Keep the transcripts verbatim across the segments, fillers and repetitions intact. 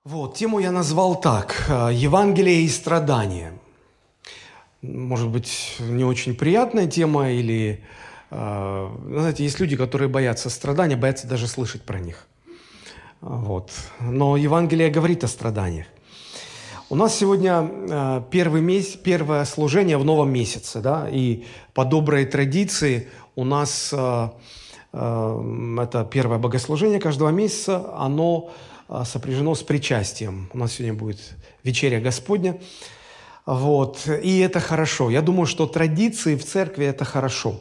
Вот, тему я назвал так: «Евангелие и страдания». Может быть, не очень приятная тема, или, э, знаете, есть люди, которые боятся страданий, боятся даже слышать про них. Вот. Но Евангелие говорит о страданиях. У нас сегодня э, первый месяц, первое служение в новом месяце, да, и по доброй традиции у нас э, э, это первое богослужение каждого месяца, оно э, сопряжено с причастием. У нас сегодня будет вечеря Господня. Вот. И это хорошо. Я думаю, что традиции в церкви – это хорошо.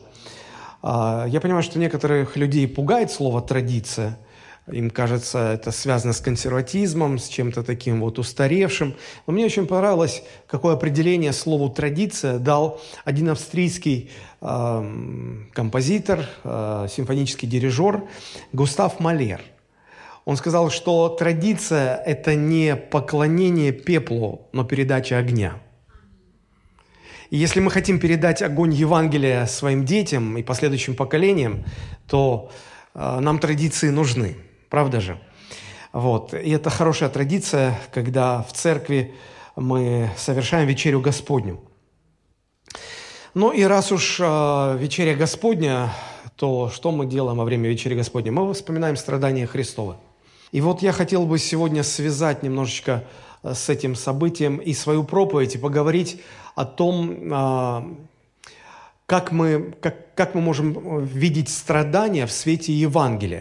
Я понимаю, что некоторых людей пугает слово «традиция». Им кажется, это связано с консерватизмом, с чем-то таким вот устаревшим. Но мне очень понравилось, какое определение слову «традиция» дал один австрийский э, композитор, э, симфонический дирижер Густав Малер. Он сказал, что традиция – это не поклонение пеплу, но передача огня. И если мы хотим передать огонь Евангелия своим детям и последующим поколениям, то э, нам традиции нужны, правда же? Вот. И это хорошая традиция, когда в церкви мы совершаем вечерю Господню. Ну и раз уж э, вечеря Господня, то что мы делаем во время вечери Господня? Мы вспоминаем страдания Христова. И вот я хотел бы сегодня связать немножечко с этим событием и свою проповедь, и поговорить о том, как мы, как, как мы можем видеть страдания в свете Евангелия.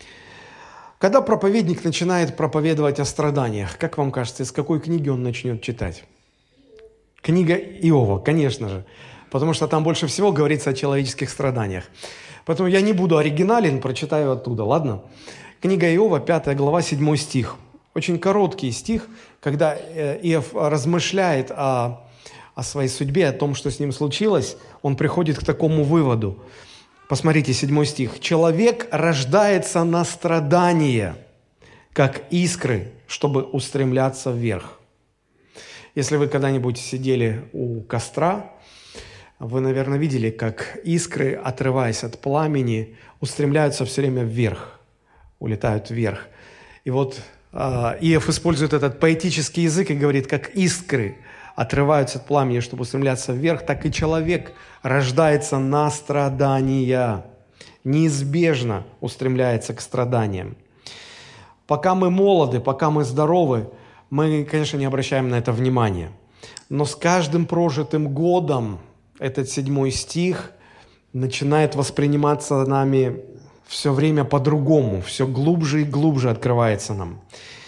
Когда проповедник начинает проповедовать о страданиях, как вам кажется, из какой книги он начнет читать? Книга Иова, конечно же, потому что там больше всего говорится о человеческих страданиях. Поэтому я не буду оригинален, прочитаю оттуда, ладно? Книга Иова, пятая глава, седьмой стих. Очень короткий стих, когда Иов размышляет о, о своей судьбе, о том, что с ним случилось, он приходит к такому выводу. Посмотрите, седьмой стих. «Человек рождается на страдания, как искры, чтобы устремляться вверх». Если вы когда-нибудь сидели у костра, вы, наверное, видели, как искры, отрываясь от пламени, устремляются все время вверх, улетают вверх. И вот Иов использует этот поэтический язык и говорит, как искры отрываются от пламени, чтобы устремляться вверх, так и человек рождается на страдания, неизбежно устремляется к страданиям. Пока мы молоды, пока мы здоровы, мы, конечно, не обращаем на это внимания. Но с каждым прожитым годом этот седьмой стих начинает восприниматься нами все время по-другому, все глубже и глубже открывается нам.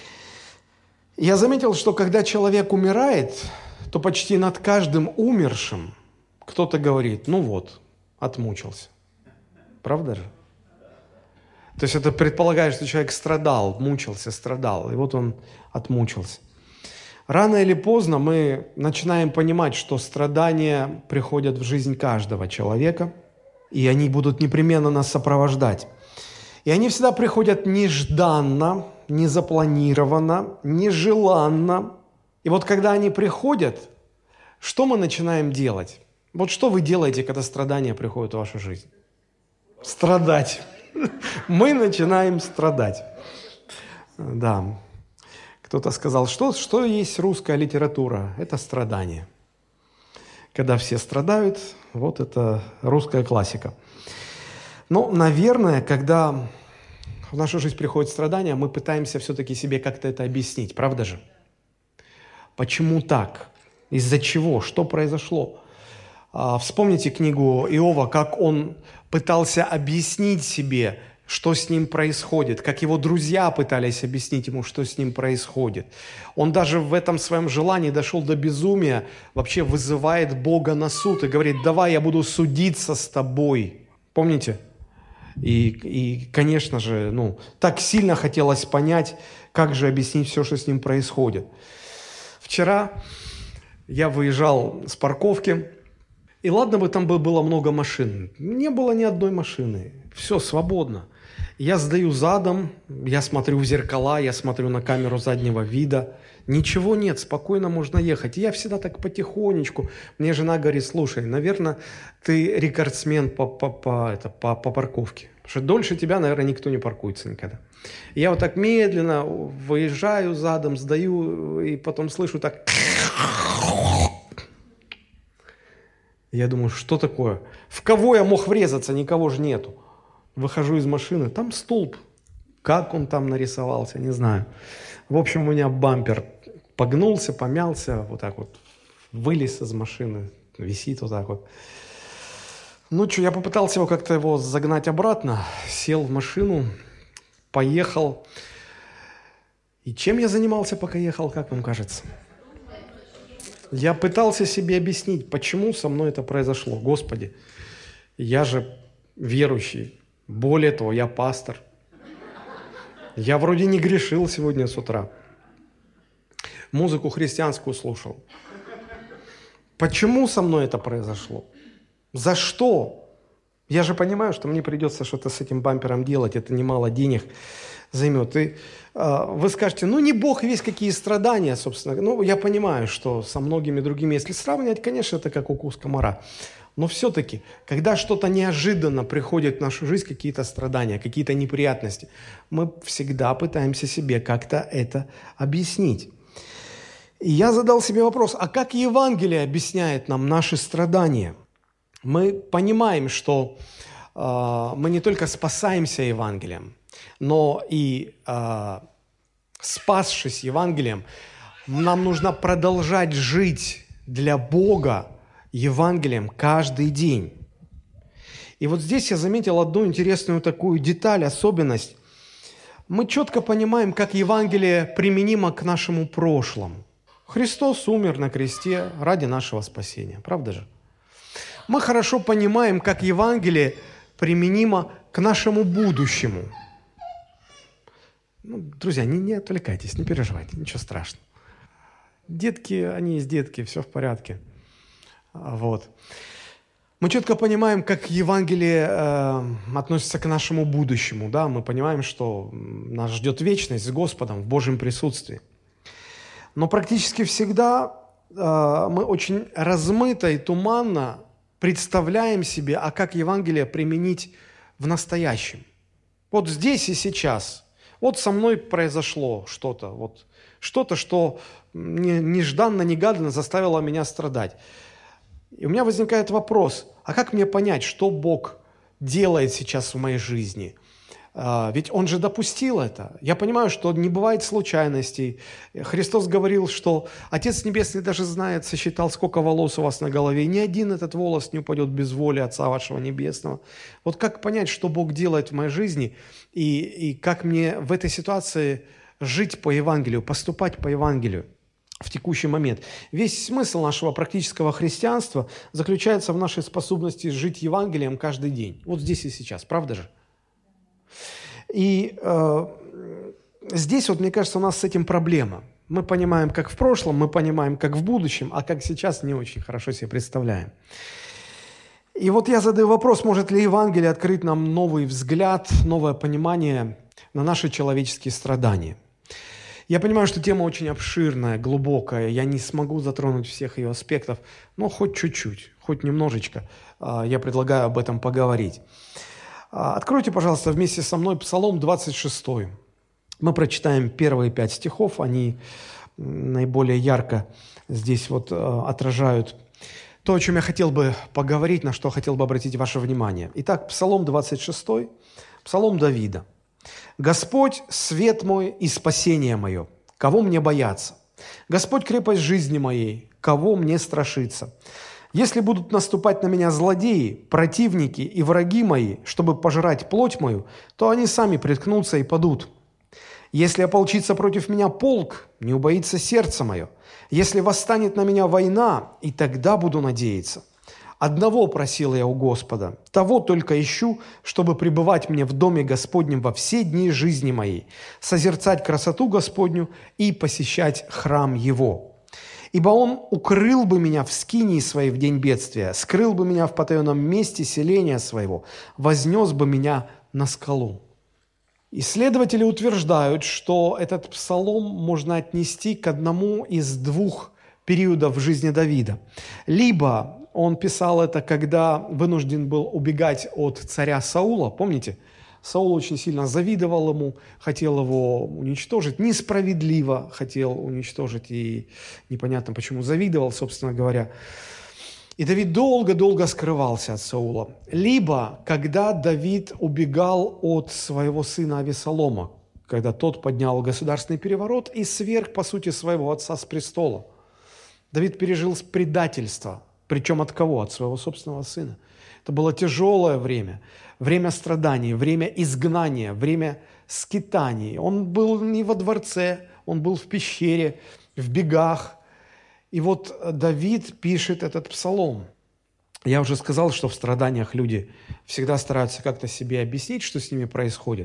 Я заметил, что когда человек умирает, то почти над каждым умершим кто-то говорит, ну вот, отмучился. Правда же? То есть это предполагает, что человек страдал, мучился, страдал, и вот он отмучился. Рано или поздно мы начинаем понимать, что страдания приходят в жизнь каждого человека, и они будут непременно нас сопровождать. И они всегда приходят нежданно, незапланированно, нежеланно. И вот когда они приходят, что мы начинаем делать? Вот что вы делаете, когда страдания приходят в вашу жизнь? Страдать. Мы начинаем страдать. Да. Кто-то сказал, что, что есть русская литература? Это страдание. Когда все страдают, вот это русская классика. Но, наверное, когда в нашу жизнь приходят страдания, мы пытаемся все-таки себе как-то это объяснить, правда же? Почему так? Из-за чего? Что произошло? Вспомните книгу Иова, как он пытался объяснить себе, что с ним происходит, как его друзья пытались объяснить ему, что с ним происходит. Он даже в этом своем желании дошел до безумия, вообще вызывает Бога на суд и говорит, давай я буду судиться с тобой. Помните? И, и, конечно же, ну, так сильно хотелось понять, как же объяснить все, что с ним происходит. Вчера я выезжал с парковки, и ладно бы там было много машин, не было ни одной машины, все свободно. Я сдаю задом, я смотрю в зеркала, я смотрю на камеру заднего вида, ничего нет, спокойно можно ехать. И я всегда так потихонечку. Мне жена говорит, слушай, наверное, ты рекордсмен по, по, по, это, по, по парковке. Потому что дольше тебя, наверное, никто не паркуется никогда. Я вот так медленно выезжаю задом, сдаю, и потом слышу так... Я думаю, что такое? В кого я мог врезаться? Никого же нету. Выхожу из машины, там столб. Как он там нарисовался, не знаю. В общем, у меня бампер погнулся, помялся, вот так вот вылез из машины, висит вот так вот. Ну что, я попытался его как-то его загнать обратно, сел в машину, поехал. И чем я занимался, пока ехал, как вам кажется? Я пытался себе объяснить, почему со мной это произошло. Господи, я же верующий. Более того, я пастор. Я вроде не грешил сегодня с утра. Музыку христианскую слушал. Почему со мной это произошло? За что? Я же понимаю, что мне придется что-то с этим бампером делать. Это немало денег займет. И э, вы скажете, ну не Бог весь какие страдания, собственно. Ну, я понимаю, что со многими другими, если сравнивать, конечно, это как укус комара. Но все-таки, когда что-то неожиданно приходит в нашу жизнь, какие-то страдания, какие-то неприятности, мы всегда пытаемся себе как-то это объяснить. И я задал себе вопрос, а как Евангелие объясняет нам наши страдания? Мы понимаем, что э, мы не только спасаемся Евангелием, но и э, спасшись Евангелием, нам нужно продолжать жить для Бога Евангелием каждый день. И вот здесь я заметил одну интересную такую деталь, особенность. Мы четко понимаем, как Евангелие применимо к нашему прошлому. Христос умер на кресте ради нашего спасения, правда же? Мы хорошо понимаем, как Евангелие применимо к нашему будущему. Ну, друзья, не, не отвлекайтесь, не переживайте, ничего страшного. Детки, они есть детки, все в порядке. Вот. Мы четко понимаем, как Евангелие э, относится к нашему будущему. Да? Мы понимаем, что нас ждет вечность с Господом в Божьем присутствии. Но практически всегда э, мы очень размыто и туманно представляем себе, а как Евангелие применить в настоящем. Вот здесь и сейчас. Вот со мной произошло что-то, вот, что-то, что нежданно-негаданно заставило меня страдать. И у меня возникает вопрос, а как мне понять, что Бог делает сейчас в моей жизни? А, ведь Он же допустил это. Я понимаю, что не бывает случайностей. Христос говорил, что Отец Небесный даже знает, сосчитал, сколько волос у вас на голове. Ни один этот волос не упадет без воли Отца вашего Небесного. Вот как понять, что Бог делает в моей жизни, и, и как мне в этой ситуации жить по Евангелию, поступать по Евангелию в текущий момент. Весь смысл нашего практического христианства заключается в нашей способности жить Евангелием каждый день. Вот здесь и сейчас, правда же? И э, здесь, вот, мне кажется, у нас с этим проблема. Мы понимаем, как в прошлом, мы понимаем, как в будущем, а как сейчас не очень хорошо себе представляем. И вот я задаю вопрос, может ли Евангелие открыть нам новый взгляд, новое понимание на наши человеческие страдания. Я понимаю, что тема очень обширная, глубокая, я не смогу затронуть всех ее аспектов, но хоть чуть-чуть, хоть немножечко я предлагаю об этом поговорить. Откройте, пожалуйста, вместе со мной Псалом двадцать шесть. Мы прочитаем первые пять стихов, они наиболее ярко здесь вот отражают то, о чем я хотел бы поговорить, на что хотел бы обратить ваше внимание. Итак, Псалом двадцать шесть, Псалом Давида. «Господь – свет мой и спасение мое, кого мне бояться? Господь – крепость жизни моей, кого мне страшиться? Если будут наступать на меня злодеи, противники и враги мои, чтобы пожрать плоть мою, то они сами приткнутся и падут. Если ополчится против меня полк, не убоится сердце мое. Если восстанет на меня война, и тогда буду надеяться. Одного просил я у Господа, того только ищу, чтобы пребывать мне в доме Господнем во все дни жизни моей, созерцать красоту Господню и посещать храм Его. Ибо Он укрыл бы меня в скинии своей в день бедствия, скрыл бы меня в потаенном месте селения своего, вознес бы меня на скалу». Исследователи утверждают, что этот псалом можно отнести к одному из двух периодов в жизни Давида. Либо он писал это, когда вынужден был убегать от царя Саула, помните, Саул очень сильно завидовал ему, хотел его уничтожить, несправедливо хотел уничтожить, и непонятно, почему завидовал, собственно говоря. И Давид долго-долго скрывался от Саула. Либо, когда Давид убегал от своего сына Авесолома, когда тот поднял государственный переворот и сверг, по сути, своего отца с престола. Давид пережил предательство. Причем от кого? От своего собственного сына. Это было тяжелое время. Время страданий, время изгнания, время скитаний. Он был не во дворце, он был в пещере, в бегах. И вот Давид пишет этот псалом. Я уже сказал, что в страданиях люди всегда стараются как-то себе объяснить, что с ними происходит.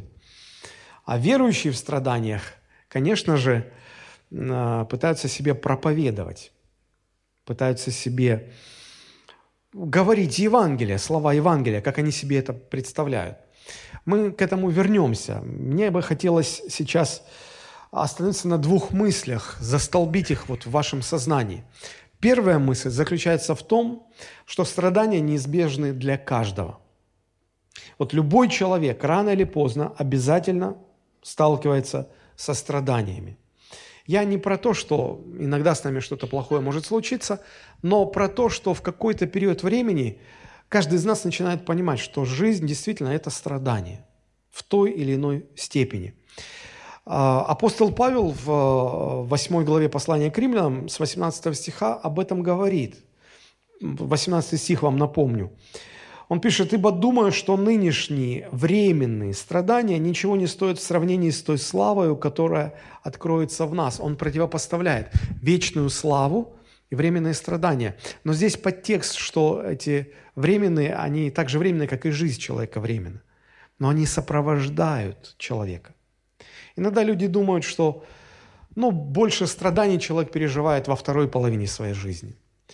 А верующие в страданиях, конечно же, пытаются себе проповедовать, пытаются себе говорить Евангелие, слова Евангелия, как они себе это представляют. Мы к этому вернемся. Мне бы хотелось сейчас остановиться на двух мыслях, застолбить их вот в вашем сознании. Первая мысль заключается в том, что страдания неизбежны для каждого. Вот любой человек рано или поздно обязательно сталкивается со страданиями. Я не про то, что иногда с нами что-то плохое может случиться, но про то, что в какой-то период времени каждый из нас начинает понимать, что жизнь действительно это страдание в той или иной степени. Апостол Павел в восьмой главе послания к римлянам с восемнадцатого стиха об этом говорит. восемнадцатый стих вам напомню. Он пишет: «Ибо думаю, что нынешние временные страдания ничего не стоят в сравнении с той славою, которая откроется в нас». Он противопоставляет вечную славу и временные страдания. Но здесь подтекст, что эти временные, они так же временные, как и жизнь человека временна. Но они сопровождают человека. Иногда люди думают, что ну, больше страданий человек переживает во второй половине своей жизни.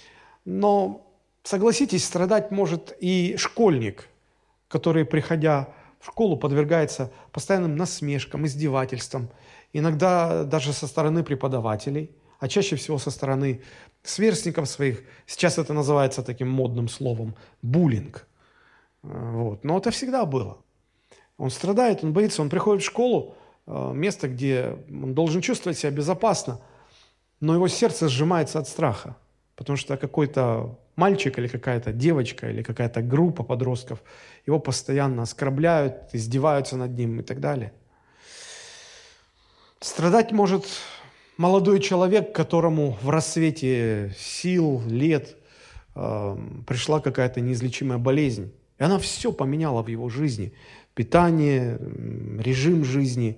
Но согласитесь, страдать может и школьник, который, приходя в школу, подвергается постоянным насмешкам, издевательствам, иногда даже со стороны преподавателей, а чаще всего со стороны сверстников своих. Сейчас это называется таким модным словом буллинг. Вот. Но это всегда было. Он страдает, он боится, он приходит в школу, место, где он должен чувствовать себя безопасно, но его сердце сжимается от страха, потому что какой-то мальчик или какая-то девочка или какая-то группа подростков его постоянно оскорбляют, издеваются над ним и так далее. Страдать может молодой человек, которому в рассвете сил, лет э, пришла какая-то неизлечимая болезнь, и она все поменяла в его жизни. Питание, режим жизни,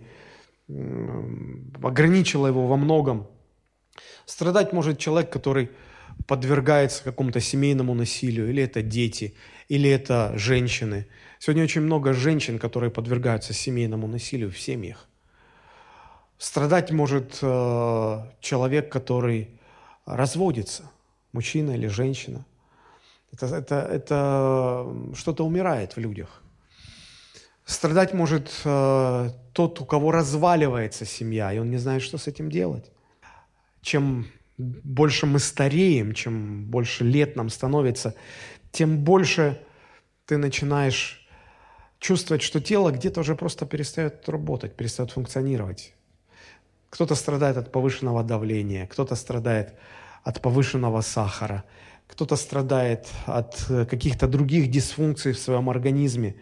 ограничила его во многом. Страдать может человек, который подвергается какому-то семейному насилию, или это дети, или это женщины. Сегодня очень много женщин, которые подвергаются семейному насилию в семьях. Страдать может э, человек, который разводится, мужчина или женщина. Это, это, это что-то умирает в людях. Страдать может э, тот, у кого разваливается семья, и он не знает, что с этим делать. Чем больше мы стареем, чем больше лет нам становится, тем больше ты начинаешь чувствовать, что тело где-то уже просто перестает работать, перестает функционировать. Кто-то страдает от повышенного давления, кто-то страдает от повышенного сахара, кто-то страдает от каких-то других дисфункций в своем организме.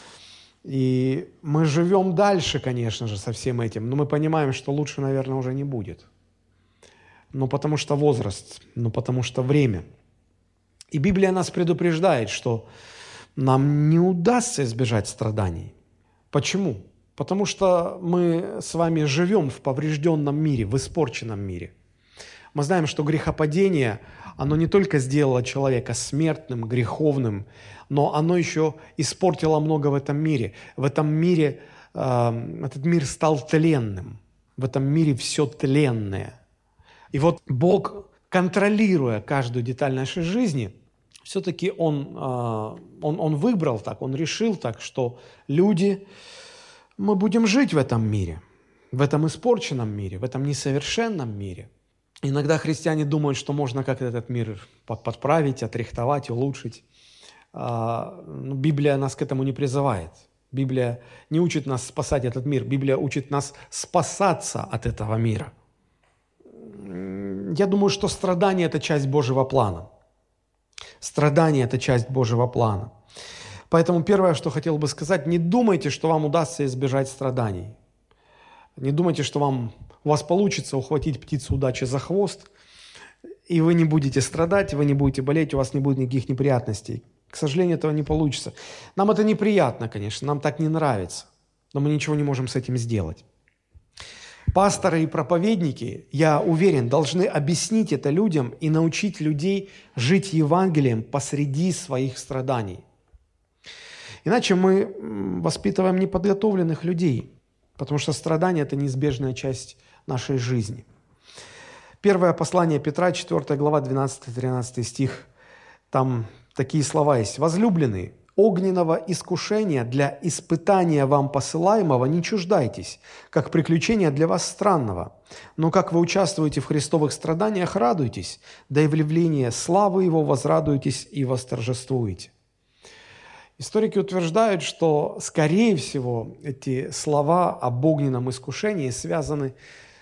И мы живем дальше, конечно же, со всем этим, но мы понимаем, что лучше, наверное, уже не будет. Ну, потому что возраст, ну, потому что время. И Библия нас предупреждает, что нам не удастся избежать страданий. Почему? Потому что мы с вами живем в поврежденном мире, в испорченном мире. Мы знаем, что грехопадение, оно не только сделало человека смертным, греховным, но оно еще испортило много в этом мире. В этом мире, э, этот мир стал тленным. В этом мире все тленное. И вот Бог, контролируя каждую деталь нашей жизни, все-таки Он, э, он, он выбрал так, Он решил так, что люди, мы будем жить в этом мире, в этом испорченном мире, в этом несовершенном мире. Иногда христиане думают, что можно как-то этот мир подправить, отрихтовать, улучшить. Библия нас к этому не призывает. Библия не учит нас спасать этот мир. Библия учит нас спасаться от этого мира. Я думаю, что страдание – это часть Божьего плана. Страдание – это часть Божьего плана. Поэтому первое, что хотел бы сказать, не думайте, что вам удастся избежать страданий. Не думайте, что вам, у вас получится ухватить птицу удачи за хвост, и вы не будете страдать, вы не будете болеть, у вас не будет никаких неприятностей. К сожалению, этого не получится. Нам это неприятно, конечно, нам так не нравится, но мы ничего не можем с этим сделать. Пасторы и проповедники, я уверен, должны объяснить это людям и научить людей жить Евангелием посреди своих страданий. Иначе мы воспитываем неподготовленных людей, потому что страдание – это неизбежная часть нашей жизни. Первое послание Петра, четвёртая глава, двенадцатый-тринадцатый стих, там такие слова есть. «Возлюбленные, огненного искушения для испытания вам посылаемого не чуждайтесь, как приключения для вас странного. Но как вы участвуете в христовых страданиях, радуйтесь, да и в явлении славы Его возрадуйтесь и восторжествуете». Историки утверждают, что, скорее всего, эти слова об огненном искушении связаны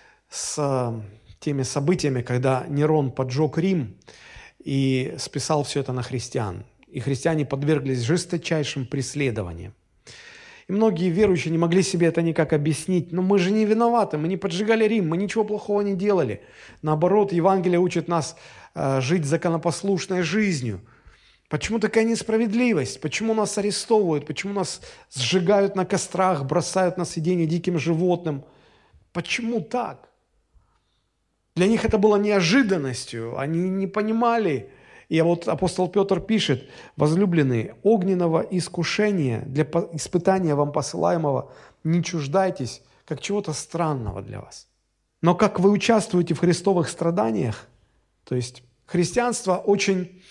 с теми событиями, когда Нерон поджег Рим и списал все это на христиан. И христиане подверглись жесточайшим преследованиям. И многие верующие не могли себе это никак объяснить. Но мы же не виноваты, мы не поджигали Рим, мы ничего плохого не делали. Наоборот, Евангелие учит нас э, жить законопослушной жизнью. Почему такая несправедливость? Почему нас арестовывают? Почему нас сжигают на кострах, бросают на съедение диким животным? Почему так? Для них это было неожиданностью, они не понимали. И вот апостол Петр пишет: «Возлюбленные, огненного искушения для испытания вам посылаемого не чуждайтесь, как чего-то странного для вас. Но как вы участвуете в христовых страданиях». То есть христианство очень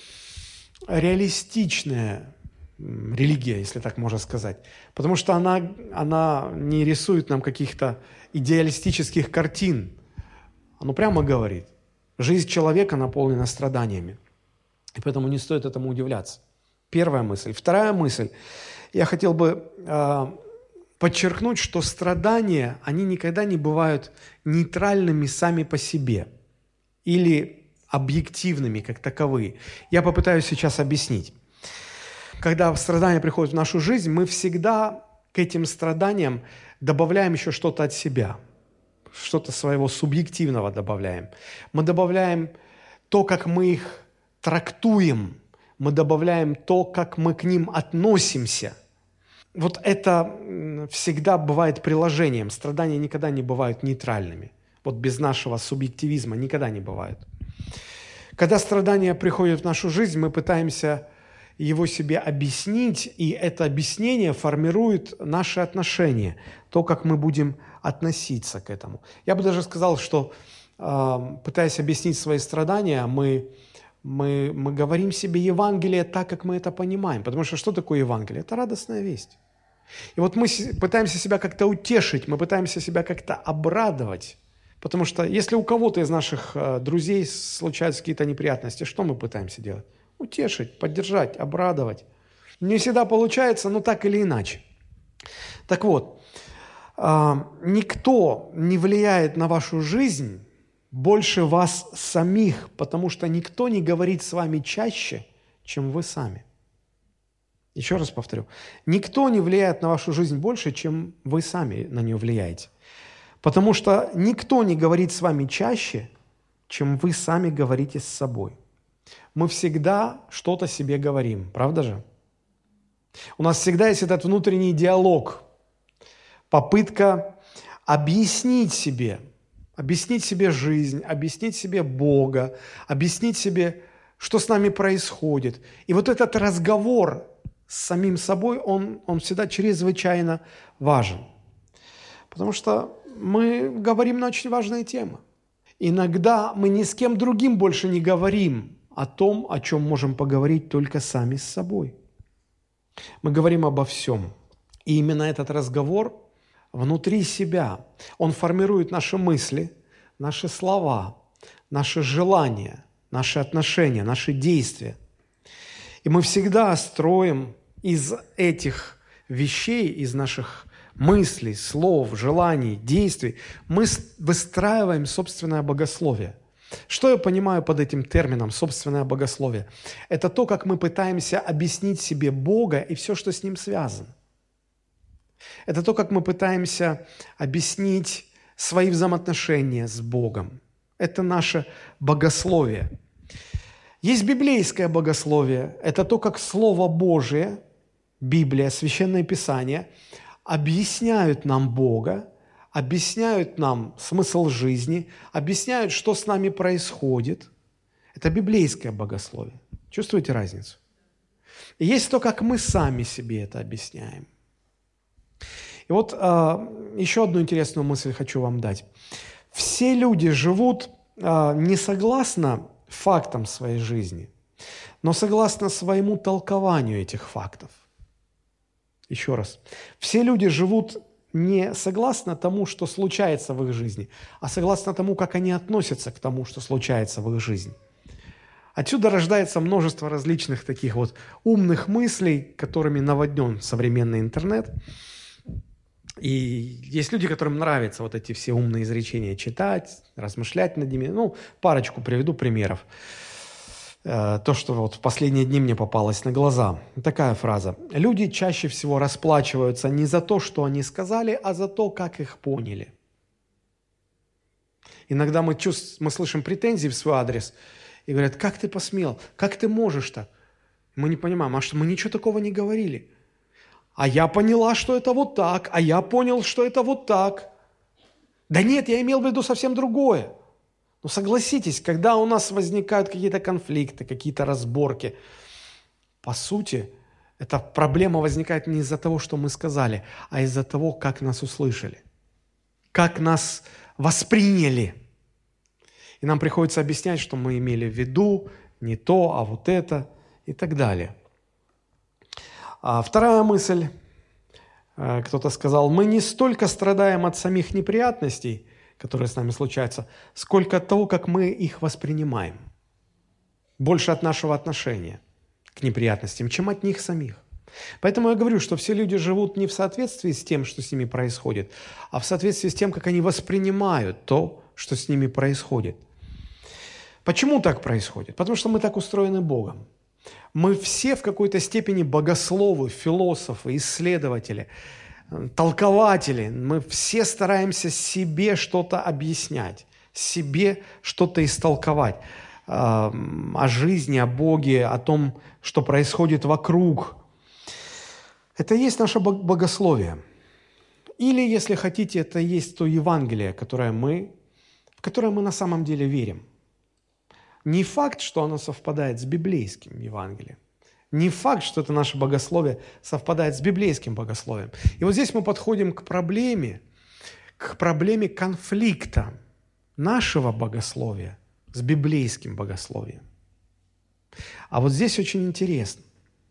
реалистичная религия, если так можно сказать, потому что она, она не рисует нам каких-то идеалистических картин. Оно прямо говорит: жизнь человека наполнена страданиями. И поэтому не стоит этому удивляться. Первая мысль. Вторая мысль. Я хотел бы э, подчеркнуть, что страдания, они никогда не бывают нейтральными сами по себе или объективными как таковые. Я попытаюсь сейчас объяснить. Когда страдания приходят в нашу жизнь, мы всегда к этим страданиям добавляем еще что-то от себя, что-то своего субъективного добавляем. Мы добавляем то, как мы их трактуем, мы добавляем то, как мы к ним относимся. Вот это всегда бывает приложением. Страдания никогда не бывают нейтральными. Вот без нашего субъективизма никогда не бывают. Когда страдания приходят в нашу жизнь, мы пытаемся его себе объяснить, и это объяснение формирует наши отношения, то, как мы будем относиться к этому. Я бы даже сказал, что, пытаясь объяснить свои страдания, мы, мы, мы говорим себе Евангелие так, как мы это понимаем. Потому что что такое Евангелие? Это радостная весть. И вот мы пытаемся себя как-то утешить, мы пытаемся себя как-то обрадовать. Потому что если у кого-то из наших друзей случаются какие-то неприятности, что мы пытаемся делать? Утешить, поддержать, обрадовать. Не всегда получается, но так или иначе. Так вот, никто не влияет на вашу жизнь больше вас самих, потому что никто не говорит с вами чаще, чем вы сами. Еще раз повторю. Никто не влияет на вашу жизнь больше, чем вы сами на нее влияете. Потому что никто не говорит с вами чаще, чем вы сами говорите с собой. Мы всегда что-то себе говорим, правда же? У нас всегда есть этот внутренний диалог, попытка объяснить себе, объяснить себе жизнь, объяснить себе Бога, объяснить себе, что с нами происходит. И вот этот разговор с самим собой, он, он всегда чрезвычайно важен. Потому что мы говорим на очень важные темы. Иногда мы ни с кем другим больше не говорим о том, о чем можем поговорить только сами с собой. Мы говорим обо всем. И именно этот разговор внутри себя, он формирует наши мысли, наши слова, наши желания, наши отношения, наши действия. И мы всегда строим из этих вещей, из наших мыслей, слов, желаний, действий, мы выстраиваем собственное богословие. Что я понимаю под этим термином «собственное богословие»? Это то, как мы пытаемся объяснить себе Бога и все, что с Ним связано. Это то, как мы пытаемся объяснить свои взаимоотношения с Богом. Это наше богословие. Есть библейское богословие. Это то, как Слово Божие, Библия, Священное Писание объясняют нам Бога, объясняют нам смысл жизни, объясняют, что с нами происходит. Это библейское богословие. Чувствуете разницу? И есть то, как мы сами себе это объясняем. И вот э, еще одну интересную мысль хочу вам дать. Все люди живут э, не согласно фактам своей жизни, но согласно своему толкованию этих фактов. Еще раз. Все люди живут не согласно тому, что случается в их жизни, а согласно тому, как они относятся к тому, что случается в их жизни. Отсюда рождается множество различных таких вот умных мыслей, которыми наводнен современный интернет. И есть люди, которым нравится вот эти все умные изречения читать, размышлять над ними. Ну, парочку приведу примеров. То, что вот в последние дни мне попалось на глаза. Такая фраза. Люди чаще всего расплачиваются не за то, что они сказали, а за то, как их поняли. Иногда мы, чувств, мы слышим претензии в свой адрес и говорят, как ты посмел, как ты можешь так? Мы не понимаем, а что мы ничего такого не говорили. А я поняла, что это вот так, а я понял, что это вот так. Да нет, я имел в виду совсем другое. Но согласитесь, когда у нас возникают какие-то конфликты, какие-то разборки, по сути, эта проблема возникает не из-за того, что мы сказали, а из-за того, как нас услышали, как нас восприняли. И нам приходится объяснять, что мы имели в виду не то, а вот это и так далее. А вторая мысль, кто-то сказал, мы не столько страдаем от самих неприятностей, которые с нами случаются, сколько от того, как мы их воспринимаем. Больше от нашего отношения к неприятностям, чем от них самих. Поэтому я говорю, что все люди живут не в соответствии с тем, что с ними происходит, а в соответствии с тем, как они воспринимают то, что с ними происходит. Почему так происходит? Потому что мы так устроены Богом. Мы все в какой-то степени богословы, философы, исследователи, толкователи. Мы все стараемся себе что-то объяснять, себе что-то истолковать э, о жизни, о Боге, о том, что происходит вокруг. Это и есть наше богословие. Или, если хотите, это и есть то Евангелие, которое мы, в которое мы на самом деле верим. Не факт, что оно совпадает с библейским Евангелием. Не факт, что это наше богословие совпадает с библейским богословием. И вот здесь мы подходим к проблеме, к проблеме конфликта нашего богословия с библейским богословием. А вот здесь очень интересно.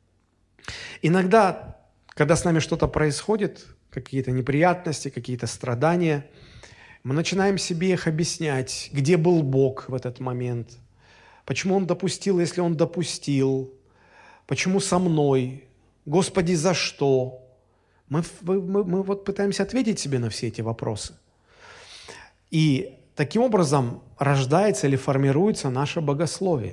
Иногда, когда с нами что-то происходит, какие-то неприятности, какие-то страдания, мы начинаем себе их объяснять, где был Бог в этот момент, почему Он допустил, если Он допустил, почему со мной, Господи, за что? Мы, мы, мы вот пытаемся ответить себе на все эти вопросы. И таким образом рождается или формируется наше богословие.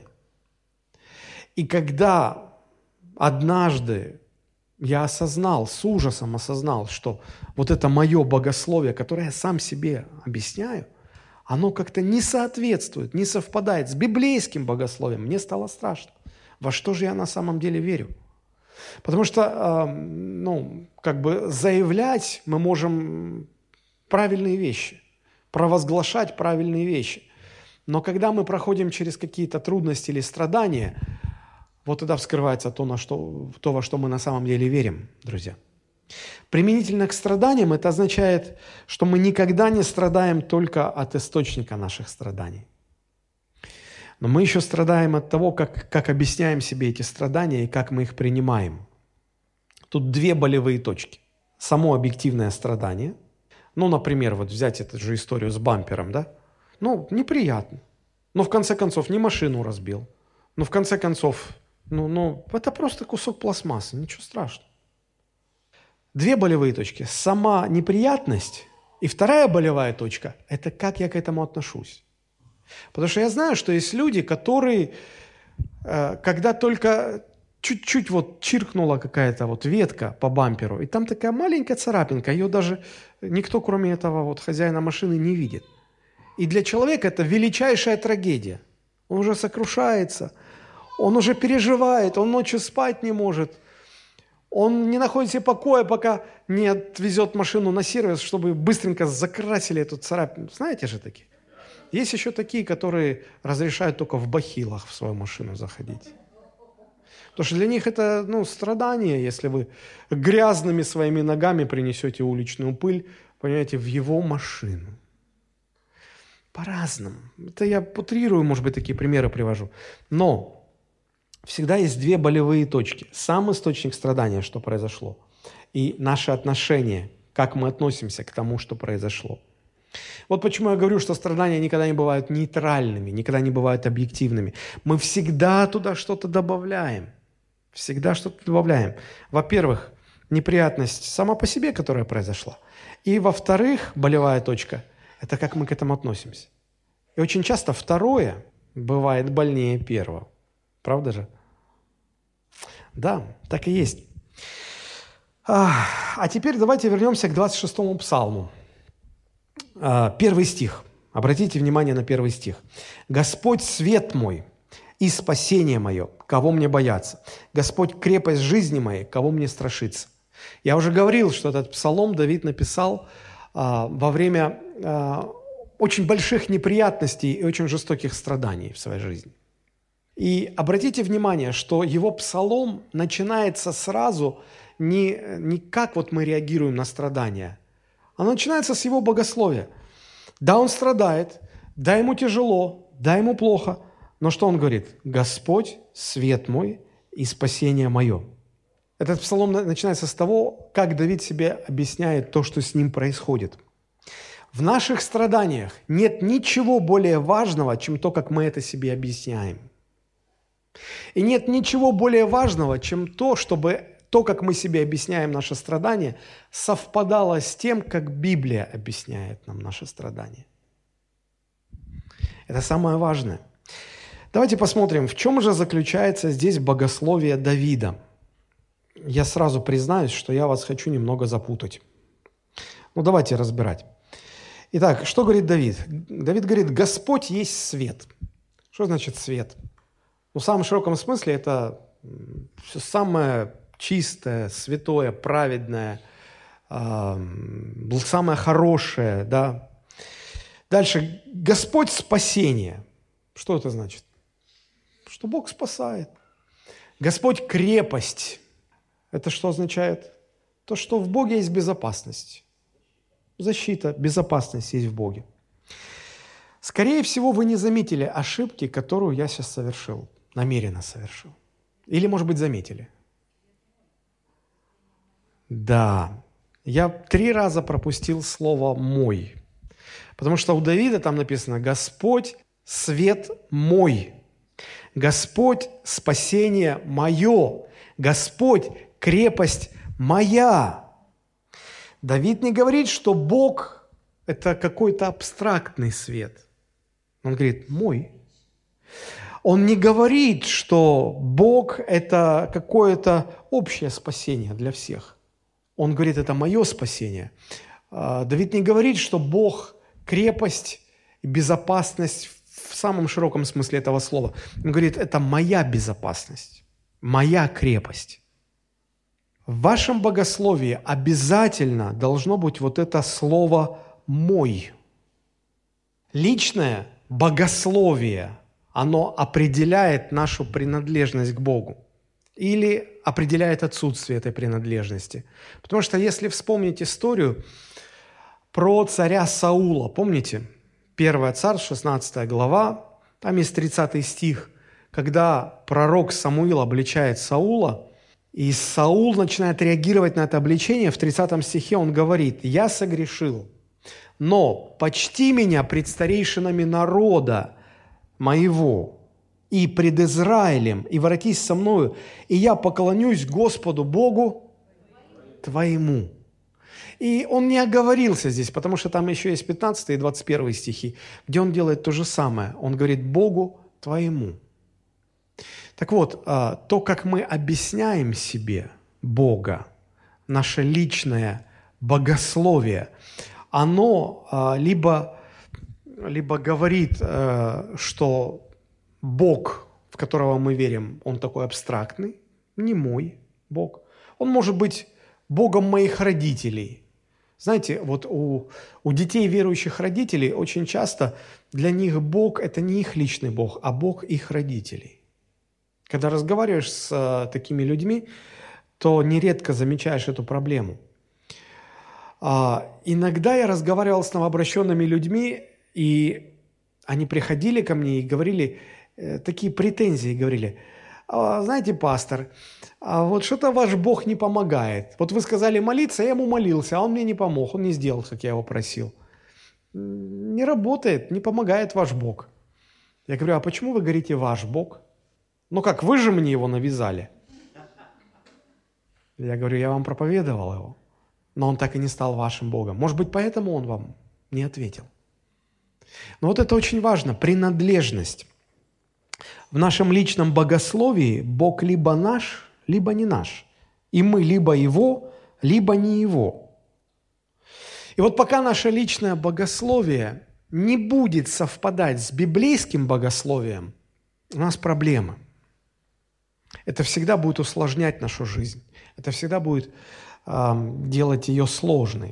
И когда однажды я осознал, с ужасом осознал, что вот это мое богословие, которое я сам себе объясняю, оно как-то не соответствует, не совпадает с библейским богословием, мне стало страшно. Во что же я на самом деле верю? Потому что, э, ну, как бы заявлять мы можем правильные вещи, провозглашать правильные вещи. Но когда мы проходим через какие-то трудности или страдания, вот тогда вскрывается то, на что, то, во что мы на самом деле верим, друзья. Применительно к страданиям это означает, что мы никогда не страдаем только от источника наших страданий. Но мы еще страдаем от того, как, как объясняем себе эти страдания и как мы их принимаем. Тут две болевые точки. Само объективное страдание. Ну, например, вот взять эту же историю с бампером, да? Ну, неприятно. Но в конце концов не машину разбил. Но в конце концов, ну, ну, это просто кусок пластмассы, ничего страшного. Две болевые точки. Сама неприятность и вторая болевая точка – это как я к этому отношусь. Потому что я знаю, что есть люди, которые, когда только чуть-чуть вот чиркнула какая-то вот ветка по бамперу, и там такая маленькая царапинка, ее даже никто, кроме этого вот хозяина машины, не видит. И для человека это величайшая трагедия. Он уже сокрушается, он уже переживает, он ночью спать не может. Он не находит себе покоя, пока не отвезет машину на сервис, чтобы быстренько закрасили эту царапину. Знаете же такие? Есть еще такие, которые разрешают только в бахилах в свою машину заходить. Потому что для них это ну, страдание, если вы грязными своими ногами принесете уличную пыль, понимаете, в его машину. По-разному. Это я утрирую, может быть, такие примеры привожу. Но всегда есть две болевые точки. Сам источник страдания, что произошло, и наше отношение, как мы относимся к тому, что произошло. Вот почему я говорю, что страдания никогда не бывают нейтральными, никогда не бывают объективными. Мы всегда туда что-то добавляем. Всегда что-то добавляем. Во-первых, неприятность сама по себе, которая произошла. И во-вторых, болевая точка – это как мы к этому относимся. И очень часто второе бывает больнее первого. Правда же? Да, так и есть. А теперь давайте вернемся к двадцать шестому псалму. Первый стих. Обратите внимание на первый стих. «Господь свет мой и спасение мое, кого мне бояться? Господь крепость жизни моей, кого мне страшиться?» Я уже говорил, что этот псалом Давид написал а, во время а, очень больших неприятностей и очень жестоких страданий в своей жизни. И обратите внимание, что его псалом начинается сразу не, не как вот мы реагируем на страдания, оно начинается с его богословия. Да, он страдает, да, ему тяжело, да, ему плохо, но что он говорит? «Господь, свет мой и спасение мое». Этот псалом начинается с того, как Давид себе объясняет то, что с ним происходит. В наших страданиях нет ничего более важного, чем то, как мы это себе объясняем. И нет ничего более важного, чем то, чтобы то, как мы себе объясняем наше страдание, совпадало с тем, как Библия объясняет нам наше страдание. Это самое важное. Давайте посмотрим, в чем же заключается здесь богословие Давида. Я сразу признаюсь, что я вас хочу немного запутать. Ну, давайте разбирать. Итак, что говорит Давид? Давид говорит: «Господь есть свет». Что значит свет? Ну, в самом широком смысле это все самое чистое, святое, праведное, э, самое хорошее, да. Дальше, Господь спасение. Что это значит? Что Бог спасает. Господь крепость. Это что означает? То, что в Боге есть безопасность. Защита, безопасность есть в Боге. Скорее всего, вы не заметили ошибки, которую я сейчас совершил, намеренно совершил. Или, может быть, заметили. Да, я три раза пропустил слово «мой», потому что у Давида там написано «Господь – свет мой», «Господь – спасение мое», «Господь – крепость моя». Давид не говорит, что Бог – это какой-то абстрактный свет. Он говорит «мой». Он не говорит, что Бог – это какое-то общее спасение для всех. Он говорит, это мое спасение. Давид не говорит, что Бог – крепость и безопасность в самом широком смысле этого слова. Он говорит, это моя безопасность, моя крепость. В вашем богословии обязательно должно быть вот это слово «мой». Личное богословие, оно определяет нашу принадлежность к Богу. Или определяет отсутствие этой принадлежности. Потому что если вспомнить историю про царя Саула, помните? первое Царств, шестнадцатая глава, там есть тридцатый стих, когда пророк Самуил обличает Саула, и Саул начинает реагировать на это обличение. В тридцатом стихе он говорит: «Я согрешил, но почти меня пред старейшинами народа моего, и пред Израилем, и воротись со мною, и я поклонюсь Господу Богу твоему». И он не оговорился здесь, потому что там еще есть пятнадцатый и двадцать первый стихи, где он делает то же самое. Он говорит «Богу твоему». Так вот, то, как мы объясняем себе Бога, наше личное богословие, оно либо, либо говорит, что Бог, в которого мы верим, он такой абстрактный, не мой Бог. Он может быть Богом моих родителей. Знаете, вот у, у детей верующих родителей очень часто для них Бог – это не их личный Бог, а Бог их родителей. Когда разговариваешь с а, такими людьми, то нередко замечаешь эту проблему. А, иногда я разговаривал с новообращенными людьми, и они приходили ко мне и говорили э, такие претензии, говорили: «А, знаете, пастор, а вот что-то ваш Бог не помогает. Вот вы сказали молиться, я ему молился, а он мне не помог, он не сделал, как я его просил. Не работает, не помогает ваш Бог». Я говорю: «А почему вы говорите «ваш Бог»? Ну как, вы же мне его навязали». Я говорю: «Я вам проповедовал его, но он так и не стал вашим Богом. Может быть, поэтому он вам не ответил». Но вот это очень важно, принадлежность. В нашем личном богословии Бог либо наш, либо не наш. И мы либо Его, либо не Его. И вот пока наше личное богословие не будет совпадать с библейским богословием, у нас проблемы. Это всегда будет усложнять нашу жизнь. Это всегда будет э, делать ее сложной.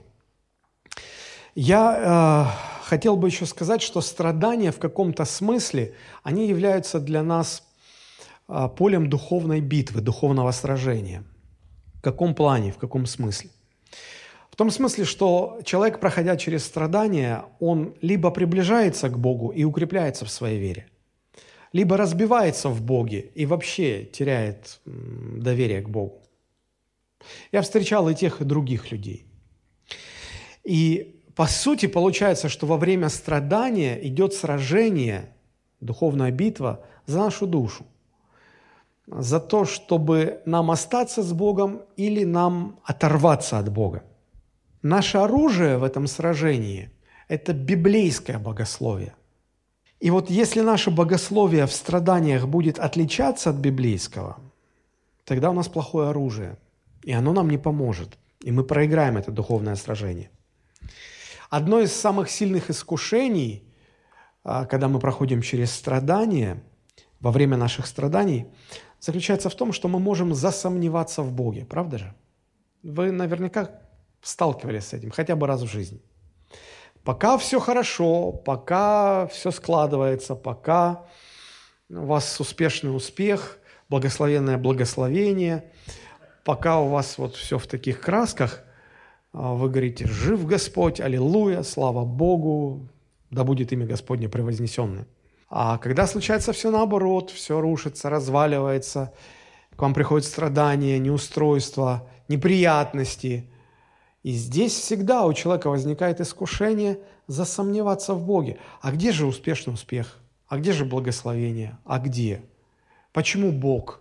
Я э, хотел бы еще сказать, что страдания в каком-то смысле, они являются для нас э, полем духовной битвы, духовного сражения. В каком плане, в каком смысле? В том смысле, что человек, проходя через страдания, он либо приближается к Богу и укрепляется в своей вере, либо разбивается в Боге и вообще теряет доверие к Богу. Я встречал и тех, и других людей. И по сути получается, что во время страдания идет сражение, духовная битва за нашу душу, за то, чтобы нам остаться с Богом или нам оторваться от Бога. Наше оружие в этом сражении – это библейское богословие. И вот если наше богословие в страданиях будет отличаться от библейского, тогда у нас плохое оружие, и оно нам не поможет, и мы проиграем это духовное сражение. Одно из самых сильных искушений, когда мы проходим через страдания, во время наших страданий, заключается в том, что мы можем засомневаться в Боге, правда же? Вы наверняка сталкивались с этим хотя бы раз в жизни. Пока все хорошо, пока все складывается, пока у вас успешный успех, благословенное благословение, пока у вас вот все в таких красках, вы говорите: «Жив Господь, аллилуйя, слава Богу, да будет имя Господне превознесенное». А когда случается все наоборот, все рушится, разваливается, к вам приходят страдания, неустройства, неприятности, и здесь всегда у человека возникает искушение засомневаться в Боге. А где же успешный успех? А где же благословение? А где? Почему Бог?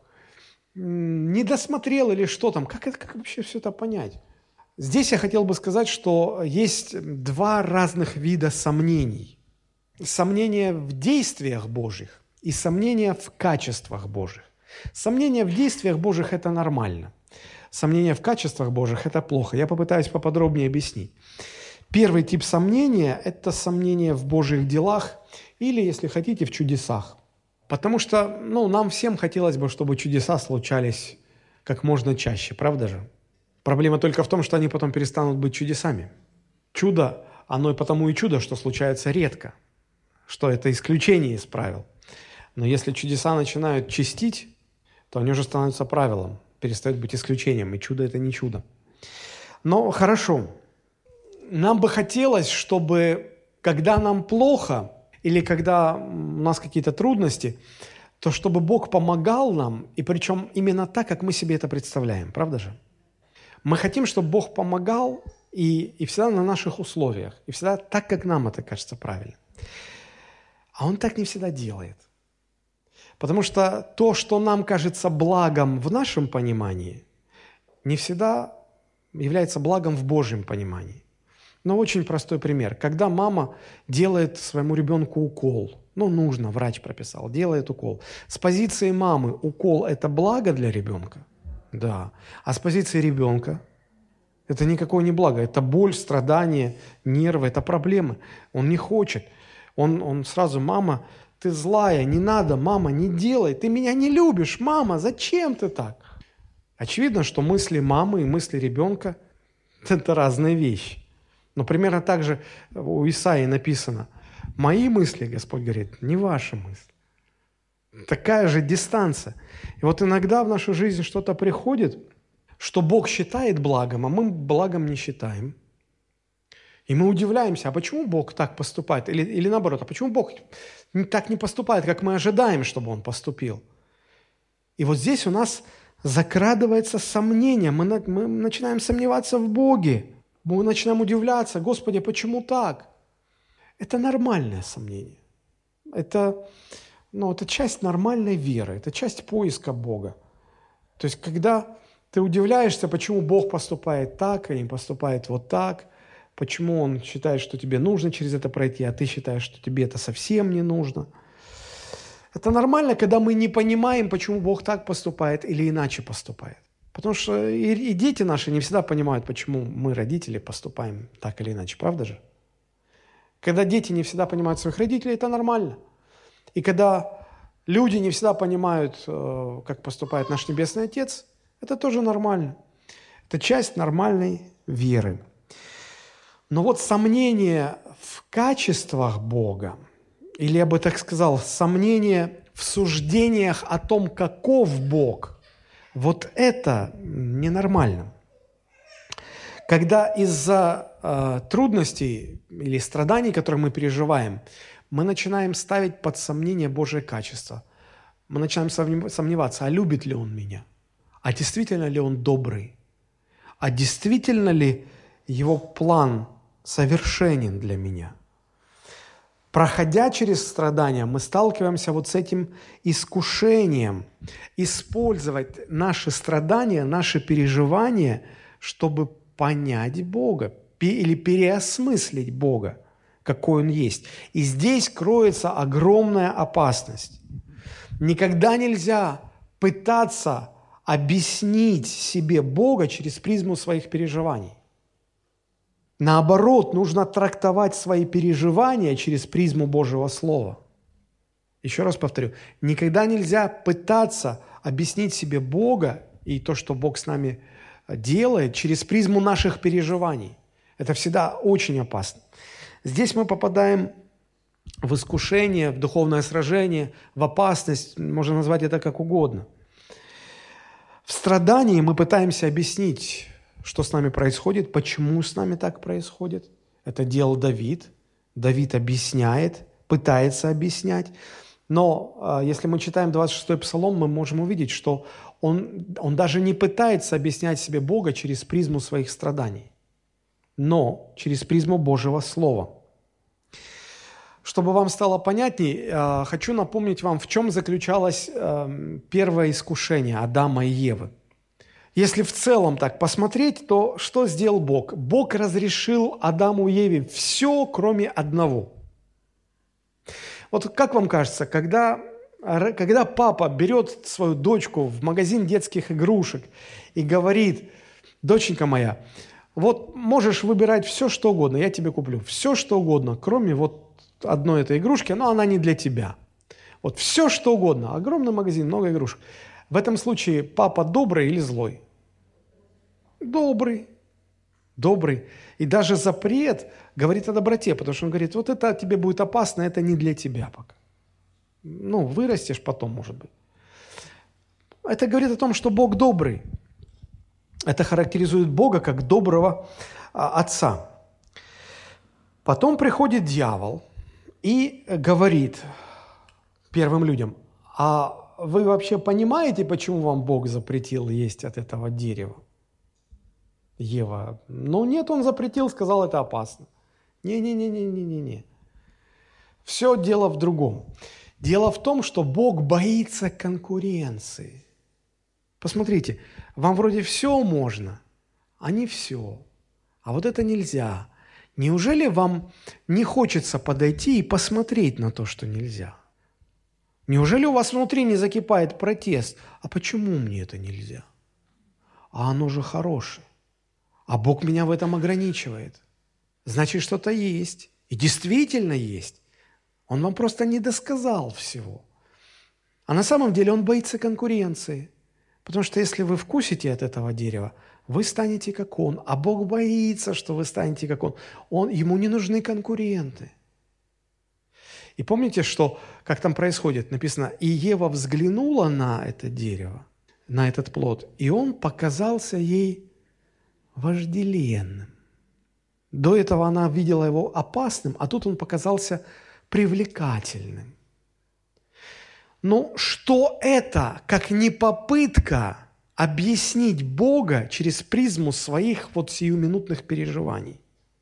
Не досмотрел или что там? Как, это, как вообще все это понять? Здесь я хотел бы сказать, что есть два разных вида сомнений. Сомнения в действиях Божьих и сомнения в качествах Божьих. Сомнения в действиях Божьих – это нормально. Сомнения в качествах Божьих – это плохо. Я попытаюсь поподробнее объяснить. Первый тип сомнения – это сомнения в Божьих делах или, если хотите, в чудесах. Потому что ну, нам всем хотелось бы, чтобы чудеса случались как можно чаще, правда же? Проблема только в том, что они потом перестанут быть чудесами. Чудо, оно и потому и чудо, что случается редко, что это исключение из правил. Но если чудеса начинают чистить, то они уже становятся правилом, перестают быть исключением, и чудо – это не чудо. Но хорошо, нам бы хотелось, чтобы, когда нам плохо или когда у нас какие-то трудности, то чтобы Бог помогал нам, и причем именно так, как мы себе это представляем, правда же? Мы хотим, чтобы Бог помогал, и, и всегда на наших условиях, и всегда так, как нам это кажется правильно. А Он так не всегда делает. Потому что то, что нам кажется благом в нашем понимании, не всегда является благом в Божьем понимании. Но очень простой пример. Когда мама делает своему ребенку укол, ну, нужно, врач прописал, делает укол. С позиции мамы укол – это благо для ребенка? Да. А с позиции ребенка – это никакое не благо. Это боль, страдания, нервы, это проблемы. Он не хочет. Он, он сразу: мама, ты злая, не надо, мама, не делай, ты меня не любишь, мама, зачем ты так? Очевидно, что мысли мамы и мысли ребенка – это разные вещи. Но примерно так же у Исаии написано: «Мои мысли, Господь говорит, не ваши мысли». Такая же дистанция. И вот иногда в нашу жизнь что-то приходит, что Бог считает благом, а мы благом не считаем. И мы удивляемся: а почему Бог так поступает? Или, или наоборот, а почему Бог так не поступает, как мы ожидаем, чтобы Он поступил? И вот здесь у нас закрадывается сомнение, мы, на, мы начинаем сомневаться в Боге, мы начинаем удивляться: Господи, почему так? Это нормальное сомнение. Это, ну, это часть нормальной веры, это часть поиска Бога. То есть, когда ты удивляешься, почему Бог поступает так, а не поступает вот так, почему Он считает, что тебе нужно через это пройти, а ты считаешь, что тебе это совсем не нужно. Это нормально, когда мы не понимаем, почему Бог так поступает или иначе поступает. Потому что и, и дети наши не всегда понимают, почему мы, родители, поступаем так или иначе. Правда же? Когда дети не всегда понимают своих родителей, это нормально. И когда люди не всегда понимают, как поступает наш Небесный Отец, это тоже нормально. Это часть нормальной веры. Но вот сомнение в качествах Бога, или я бы так сказал, сомнение в суждениях о том, каков Бог, вот это ненормально. Когда из-за э, трудностей или страданий, которые мы переживаем, мы начинаем ставить под сомнение Божие качество, мы начинаем сомневаться: а любит ли Он меня? А действительно ли Он добрый? А действительно ли Его план совершенен для меня? Проходя через страдания, мы сталкиваемся вот с этим искушением использовать наши страдания, наши переживания, чтобы понять Бога или переосмыслить Бога, какой Он есть. И здесь кроется огромная опасность. Никогда нельзя пытаться объяснить себе Бога через призму своих переживаний. Наоборот, нужно трактовать свои переживания через призму Божьего Слова. Еще раз повторю, никогда нельзя пытаться объяснить себе Бога и то, что Бог с нами делает, через призму наших переживаний. Это всегда очень опасно. Здесь мы попадаем в искушение, в духовное сражение, в опасность, можно назвать это как угодно. В страдании мы пытаемся объяснить, что с нами происходит, почему с нами так происходит. Это делал Давид. Давид объясняет, пытается объяснять. Но если мы читаем двадцать шестой Псалом, мы можем увидеть, что он, он даже не пытается объяснять себе Бога через призму своих страданий, но через призму Божьего Слова. Чтобы вам стало понятней, хочу напомнить вам, в чем заключалось первое искушение Адама и Евы. Если в целом так посмотреть, то что сделал Бог? Бог разрешил Адаму и Еве все, кроме одного. Вот как вам кажется, когда, когда папа берет свою дочку в магазин детских игрушек и говорит: доченька моя, вот можешь выбирать все, что угодно, я тебе куплю все, что угодно, кроме вот одной этой игрушки, но она не для тебя. Вот все, что угодно, огромный магазин, много игрушек. В этом случае папа добрый или злой? Добрый. Добрый. И даже запрет говорит о доброте, потому что он говорит: вот это тебе будет опасно, это не для тебя пока. Ну, вырастешь потом, может быть. Это говорит о том, что Бог добрый. Это характеризует Бога как доброго а, отца. Потом приходит дьявол и говорит первым людям: а вы вообще понимаете, почему вам Бог запретил есть от этого дерева? Ева: ну нет, он запретил, сказал, это опасно. Не-не-не-не-не-не. Все дело в другом. Дело в том, что Бог боится конкуренции. Посмотрите, вам вроде все можно, а не все. А вот это нельзя. Неужели вам не хочется подойти и посмотреть на то, что нельзя? Неужели у вас внутри не закипает протест? А почему мне это нельзя? А оно же хорошее. А Бог меня в этом ограничивает. Значит, что-то есть. И действительно есть. Он вам просто не досказал всего. А на самом деле он боится конкуренции. Потому что если вы вкусите от этого дерева, вы станете как он. А Бог боится, что вы станете как он. он ему не нужны конкуренты. И помните, что, как там происходит, написано, и Ева взглянула на это дерево, на этот плод, и он показался ей вожделенным. До этого она видела его опасным, а тут он показался привлекательным. Но что это, как не попытка объяснить Бога через призму своих вот сиюминутных переживаний?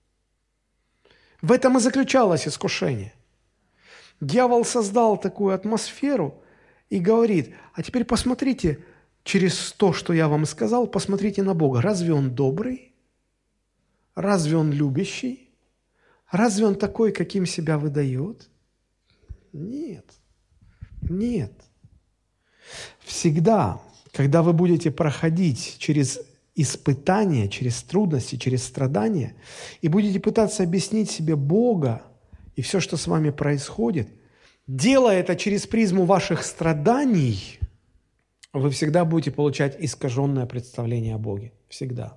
В этом и заключалось искушение. Дьявол создал такую атмосферу и говорит, а теперь посмотрите, через то, что я вам сказал, посмотрите на Бога. Разве Он добрый? Разве Он любящий? Разве Он такой, каким себя выдает? Нет. Нет. Всегда, когда вы будете проходить через испытания, через трудности, через страдания, и будете пытаться объяснить себе Бога и все, что с вами происходит, делая это через призму ваших страданий, вы всегда будете получать искаженное представление о Боге. Всегда.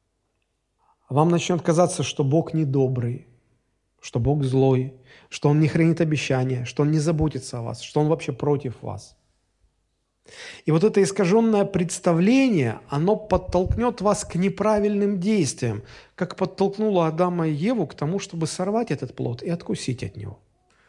Вам начнет казаться, что Бог недобрый, что Бог злой, что Он не хранит обещания, что Он не заботится о вас, что Он вообще против вас. И вот это искаженное представление, оно подтолкнет вас к неправильным действиям, как подтолкнуло Адама и Еву к тому, чтобы сорвать этот плод и откусить от него.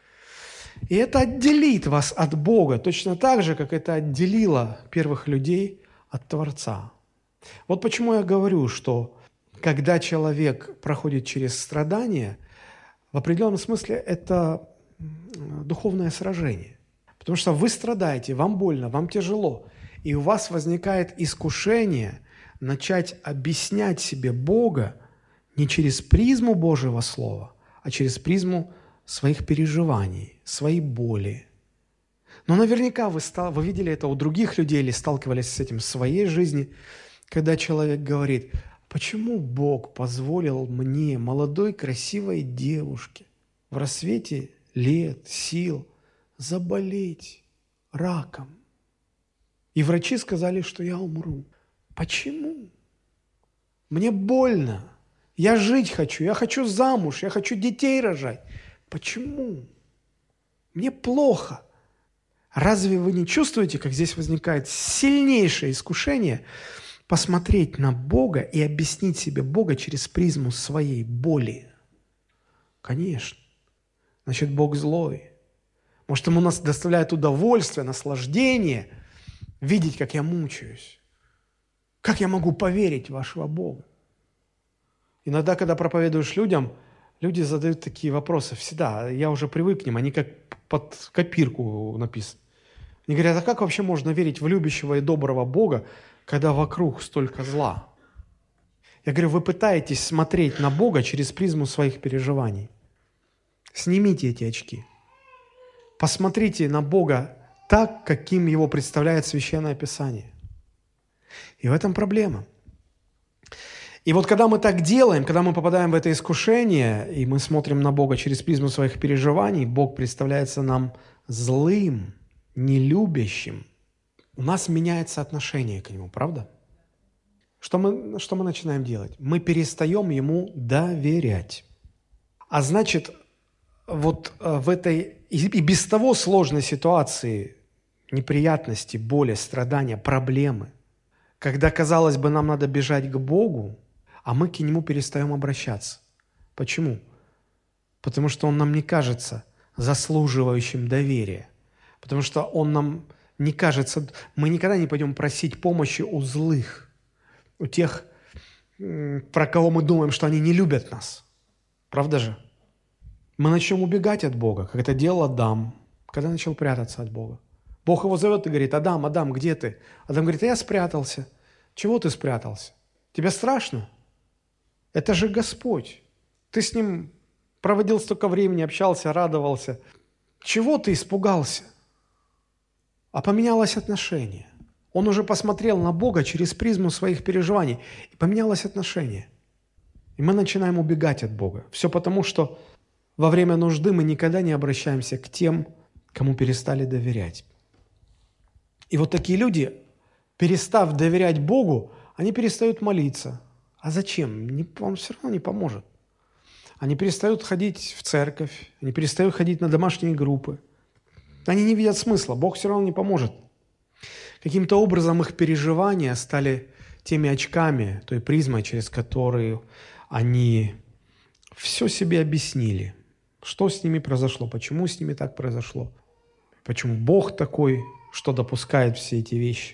И это отделит вас от Бога, точно так же, как это отделило первых людей от Творца. Вот почему я говорю, что когда человек проходит через страдания, в определенном смысле это духовное сражение. Потому что вы страдаете, вам больно, вам тяжело, и у вас возникает искушение начать объяснять себе Бога не через призму Божьего Слова, а через призму своих переживаний, своей боли. Но наверняка вы, стал, вы видели это у других людей или сталкивались с этим в своей жизни, когда человек говорит, почему Бог позволил мне, молодой красивой девушке, в рассвете лет, сил, заболеть раком. И врачи сказали, что я умру. Почему? Мне больно. Я жить хочу, я хочу замуж, я хочу детей рожать. Почему? Мне плохо. Разве вы не чувствуете, как здесь возникает сильнейшее искушение посмотреть на Бога и объяснить себе Бога через призму своей боли? Конечно. Значит, Бог злой. Может, Ему нас доставляет удовольствие, наслаждение видеть, как я мучаюсь. Как я могу поверить в вашего Бога? Иногда, когда проповедуешь людям, люди задают такие вопросы. Всегда, я уже привык к ним, они как под копирку написаны. Они говорят, а как вообще можно верить в любящего и доброго Бога, когда вокруг столько зла? Я говорю, вы пытаетесь смотреть на Бога через призму своих переживаний. Снимите эти очки. Посмотрите на Бога так, каким Его представляет Священное Писание. И в этом проблема. И вот когда мы так делаем, когда мы попадаем в это искушение, и мы смотрим на Бога через призму своих переживаний, Бог представляется нам злым, нелюбящим. У нас меняется отношение к Нему, правда? Что мы, что мы начинаем делать? Мы перестаем Ему доверять. А значит, вот в этой и без того сложной ситуации, неприятности, боли, страдания, проблемы, когда, казалось бы, нам надо бежать к Богу, а мы к Нему перестаем обращаться. Почему? Потому что Он нам не кажется заслуживающим доверия. Потому что Он нам не кажется... Мы никогда не пойдем просить помощи у злых, у тех, про кого мы думаем, что они не любят нас. Правда же? Мы начнем убегать от Бога, как это делал Адам, когда начал прятаться от Бога. Бог его зовет и говорит, Адам, Адам, где ты? Адам говорит, а я спрятался. Чего ты спрятался? Тебе страшно? Это же Господь. Ты с Ним проводил столько времени, общался, радовался. Чего ты испугался? А поменялось отношение. Он уже посмотрел на Бога через призму своих переживаний, и поменялось отношение. И мы начинаем убегать от Бога. Все потому, что во время нужды мы никогда не обращаемся к тем, кому перестали доверять. И вот такие люди, перестав доверять Богу, они перестают молиться. А зачем? Он все равно не поможет. Они перестают ходить в церковь, они перестают ходить на домашние группы. Они не видят смысла, Бог все равно не поможет. Каким-то образом их переживания стали теми очками, той призмой, через которую они все себе объяснили. Что с ними произошло, почему с ними так произошло, почему Бог такой, что допускает все эти вещи.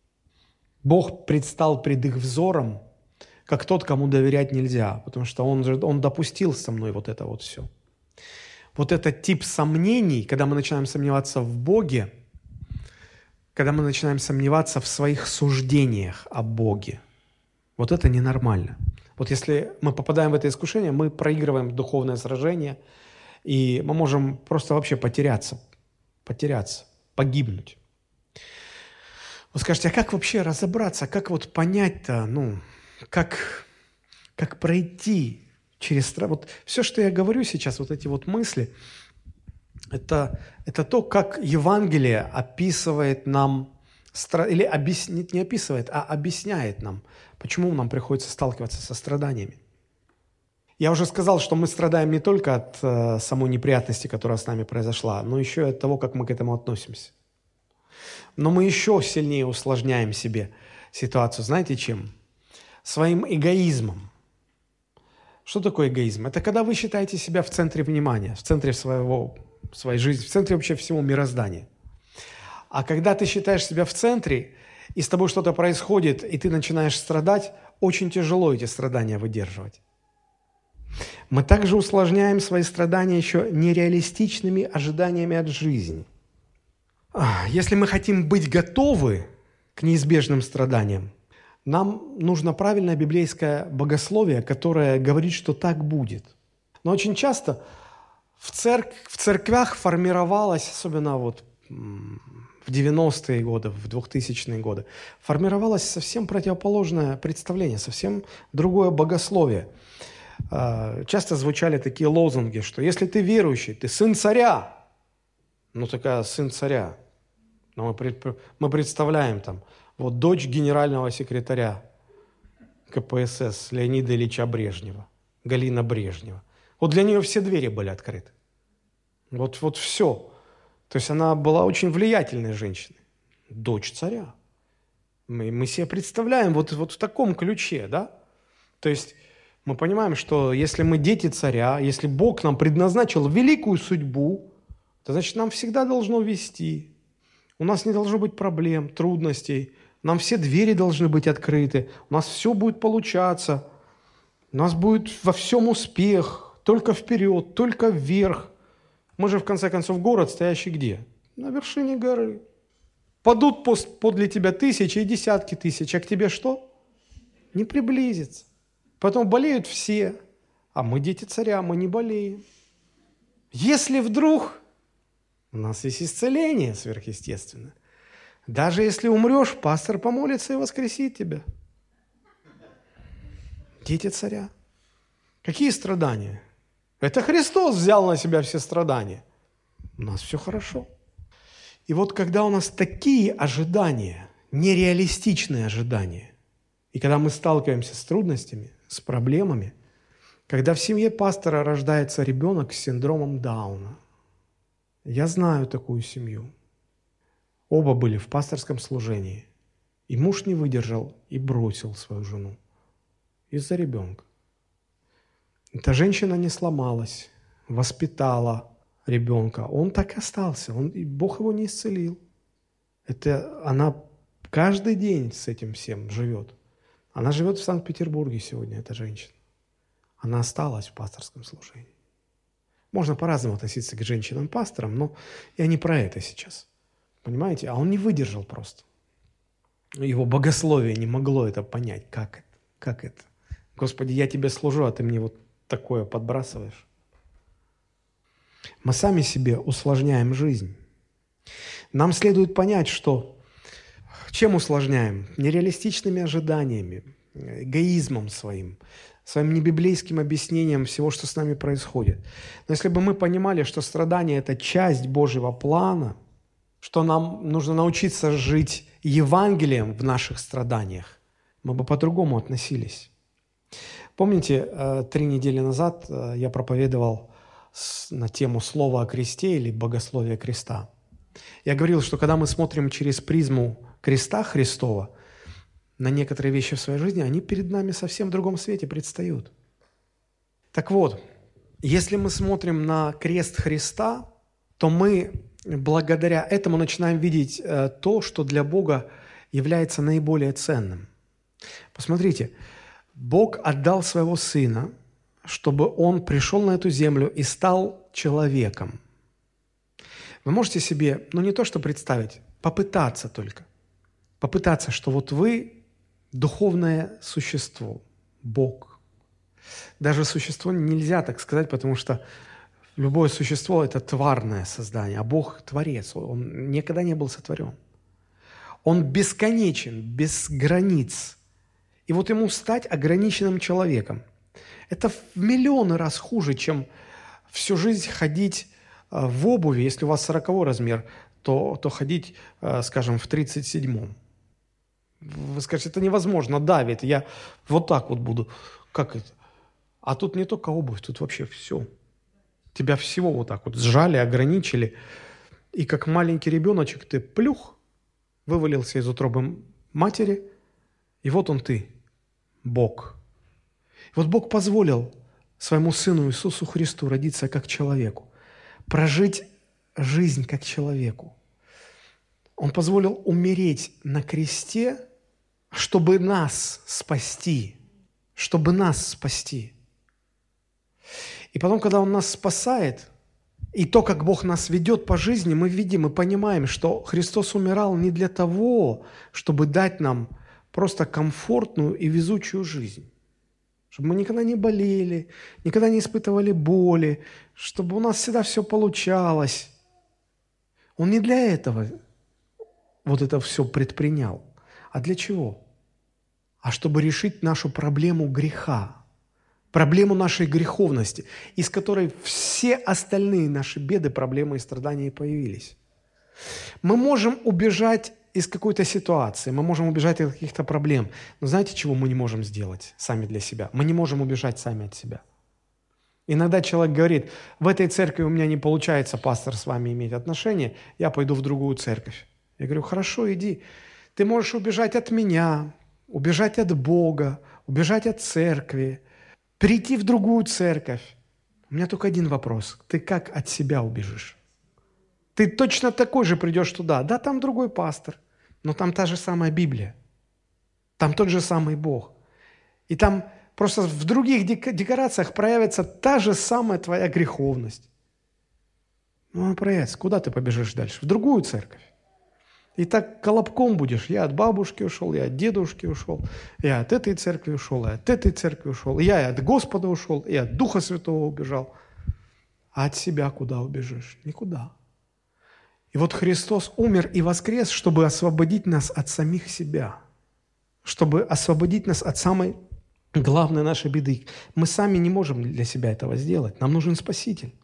Бог предстал пред их взором, как тот, кому доверять нельзя, потому что Он, же, он допустил со мной вот это вот все. Вот этот тип сомнений, когда мы начинаем сомневаться в Боге, когда мы начинаем сомневаться в своих суждениях о Боге, вот это ненормально. Вот если мы попадаем в это искушение, мы проигрываем духовное сражение, и мы можем просто вообще потеряться, потеряться, погибнуть. Вы скажете, а как вообще разобраться, как вот понять-то, ну, как, как пройти через страх? Вот все, что я говорю сейчас, вот эти вот мысли, это, это то, как Евангелие описывает нам, или объясняет, не описывает, а объясняет нам, почему нам приходится сталкиваться со страданиями. Я уже сказал, что мы страдаем не только от э, самой неприятности, которая с нами произошла, но еще и от того, как мы к этому относимся. Но мы еще сильнее усложняем себе ситуацию. Знаете чем? Своим эгоизмом. Что такое эгоизм? Это когда вы считаете себя в центре внимания, в центре своего, своей жизни, в центре вообще всего мироздания. А когда ты считаешь себя в центре, и с тобой что-то происходит, и ты начинаешь страдать, очень тяжело эти страдания выдерживать. Мы также усложняем свои страдания еще нереалистичными ожиданиями от жизни. Если мы хотим быть готовы к неизбежным страданиям, нам нужно правильное библейское богословие, которое говорит, что так будет. Но очень часто в, церк... в церквях формировалось, особенно вот в девяностые годы, в двухтысячные годы, формировалось совсем противоположное представление, совсем другое богословие. Часто звучали такие лозунги, что если ты верующий, ты сын царя. Ну, такая сын царя. Но мы, пред, мы представляем там, вот дочь генерального секретаря ка пэ эс эс Леонида Ильича Брежнева, Галина Брежнева. Вот для нее все двери были открыты. Вот, вот все. То есть она была очень влиятельной женщиной. Дочь царя. Мы, мы себе представляем вот, вот в таком ключе, да? То есть мы понимаем, что если мы дети царя, если Бог нам предназначил великую судьбу, то значит нам всегда должно вести. У нас не должно быть проблем, трудностей. Нам все двери должны быть открыты. У нас все будет получаться. У нас будет во всем успех. Только вперед, только вверх. Мы же, в конце концов, город, стоящий где? На вершине горы. Падут подле тебя тысячи и десятки тысяч, а к тебе что? Не приблизится. Потом болеют все, а мы дети царя, мы не болеем. Если вдруг у нас есть исцеление сверхъестественное, даже если умрешь, пастор помолится и воскресит тебя. Дети царя. Какие страдания? Это Христос взял на себя все страдания. У нас все хорошо. И вот когда у нас такие ожидания, нереалистичные ожидания, и когда мы сталкиваемся с трудностями, с проблемами, когда в семье пастора рождается ребенок с синдромом Дауна. Я знаю такую семью. Оба были в пасторском служении. И муж не выдержал и бросил свою жену из-за ребенка. Эта женщина не сломалась, воспитала ребенка. Он так и остался, он, и Бог его не исцелил. Это она каждый день с этим всем живет. Она живет в Санкт-Петербурге сегодня, эта женщина. Она осталась в пасторском служении. Можно по-разному относиться к женщинам-пасторам, но я не про это сейчас. Понимаете? А он не выдержал просто. Его богословие не могло это понять, как это, как это Господи, я Тебе служу, а Ты мне вот такое подбрасываешь. Мы сами себе усложняем жизнь. Нам следует понять, что чем усложняем? Нереалистичными ожиданиями, эгоизмом своим, своим небиблейским объяснением всего, что с нами происходит. Но если бы мы понимали, что страдание – это часть Божьего плана, что нам нужно научиться жить Евангелием в наших страданиях, мы бы по-другому относились. Помните, три недели назад я проповедовал на тему слова о кресте или богословия креста. Я говорил, что когда мы смотрим через призму креста Христова на некоторые вещи в своей жизни, они перед нами совсем в другом свете предстают. Так вот, если мы смотрим на крест Христа, то мы благодаря этому начинаем видеть то, что для Бога является наиболее ценным. Посмотрите, Бог отдал своего Сына, чтобы Он пришел на эту землю и стал человеком. Вы можете себе, ну не то что представить, попытаться только. Попытаться, что вот вы духовное существо, Бог. Даже существо нельзя так сказать, потому что любое существо – это тварное создание, а Бог – творец. Он никогда не был сотворен. Он бесконечен, без границ. И вот ему стать ограниченным человеком – это в миллионы раз хуже, чем всю жизнь ходить в обуви. Если у вас сороковой размер, то, то ходить, скажем, в тридцать седьмом. Вы скажете, это невозможно, давит, я вот так вот буду. Как это? А тут не только обувь, тут вообще все. Тебя всего вот так вот сжали, ограничили. И как маленький ребеночек ты плюх, вывалился из утробы матери, и вот он ты, Бог. И вот Бог позволил своему Сыну Иисусу Христу родиться как человеку, прожить жизнь как человеку. Он позволил умереть на кресте, чтобы нас спасти, чтобы нас спасти. И потом, когда Он нас спасает, и то, как Бог нас ведет по жизни, мы видим и понимаем, что Христос умирал не для того, чтобы дать нам просто комфортную и везучую жизнь. Чтобы мы никогда не болели, никогда не испытывали боли, чтобы у нас всегда все получалось. Он не для этого вот это все предпринял. А для чего? А чтобы решить нашу проблему греха, проблему нашей греховности, из которой все остальные наши беды, проблемы и страдания появились. Мы можем убежать из какой-то ситуации, мы можем убежать от каких-то проблем. Но знаете, чего мы не можем сделать сами для себя? Мы не можем убежать сами от себя. Иногда человек говорит, в этой церкви у меня не получается, пастор, с вами иметь отношения, я пойду в другую церковь. Я говорю, хорошо, иди. Ты можешь убежать от меня, убежать от Бога, убежать от церкви, прийти в другую церковь. У меня только один вопрос. Ты как от себя убежишь? Ты точно такой же придешь туда. Да, там другой пастор, но там та же самая Библия. Там тот же самый Бог. И там просто в других декорациях проявится та же самая твоя греховность. Ну, она проявится. Куда ты побежишь дальше? В другую церковь. И так колобком будешь. Я от бабушки ушел, я от дедушки ушел, я от этой церкви ушел, я от этой церкви ушел, я и от Господа ушел, и от Духа Святого убежал. А от себя куда убежишь? Никуда. И вот Христос умер и воскрес, чтобы освободить нас от самих себя, чтобы освободить нас от самой главной нашей беды. Мы сами не можем для себя этого сделать. Нам нужен Спаситель.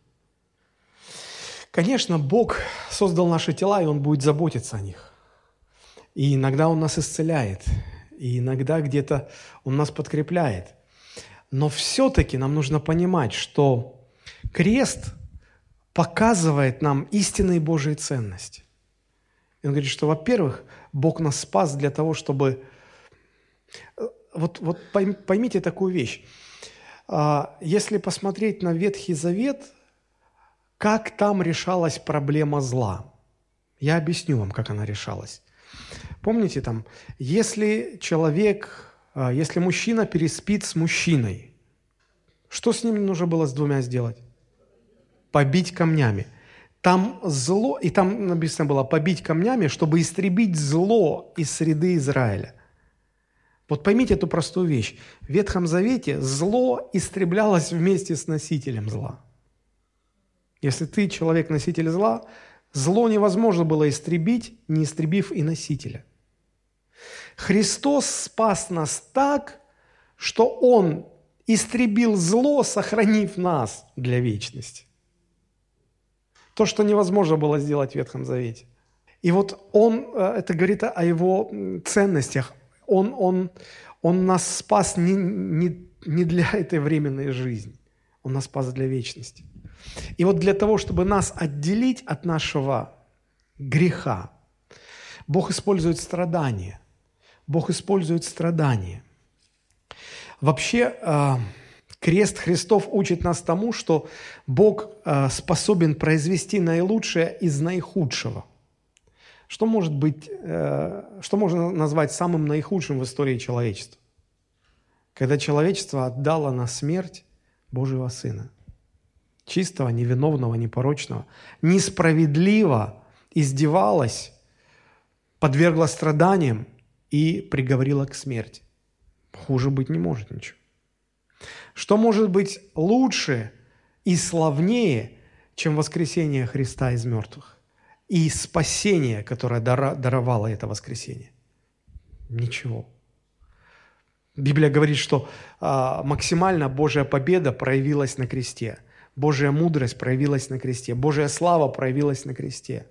Конечно, Бог создал наши тела, и Он будет заботиться о них. И иногда Он нас исцеляет, и иногда где-то Он нас подкрепляет. Но все-таки нам нужно понимать, что крест показывает нам истинные Божьи ценности. И Он говорит, что, во-первых, Бог нас спас для того, чтобы... Вот, вот поймите такую вещь. Если посмотреть на Ветхий Завет, как там решалась проблема зла? Я объясню вам, как она решалась. Помните там, если человек, если мужчина переспит с мужчиной, что с ним нужно было с двумя сделать? Побить камнями. Там зло, и там написано было побить камнями, чтобы истребить зло из среды Израиля. Вот поймите эту простую вещь. В Ветхом Завете зло истреблялось вместе с носителем зла. Если ты человек-носитель зла, зло невозможно было истребить, не истребив и носителя. Христос спас нас так, что Он истребил зло, сохранив нас для вечности. То, что невозможно было сделать в Ветхом Завете. И вот Он, это говорит о Его ценностях. Он, он, он нас спас не, не, не для этой временной жизни. Он нас спас для вечности. И вот для того, чтобы нас отделить от нашего греха, Бог использует страдания. Бог использует страдания. Вообще, крест Христов учит нас тому, что Бог способен произвести наилучшее из наихудшего. Что может быть, что можно назвать самым наихудшим в истории человечества? Когда человечество отдало на смерть Божьего Сына. Чистого, невиновного, непорочного. Несправедливо издевалось, подвергло страданиям и приговорило к смерти. Хуже быть не может ничего. Что может быть лучше и славнее, чем воскресение Христа из мертвых? И спасение, которое даровало это воскресение? Ничего. Библия говорит, что а, максимально Божья победа проявилась на кресте. Божья мудрость проявилась на кресте. Божья слава проявилась на кресте.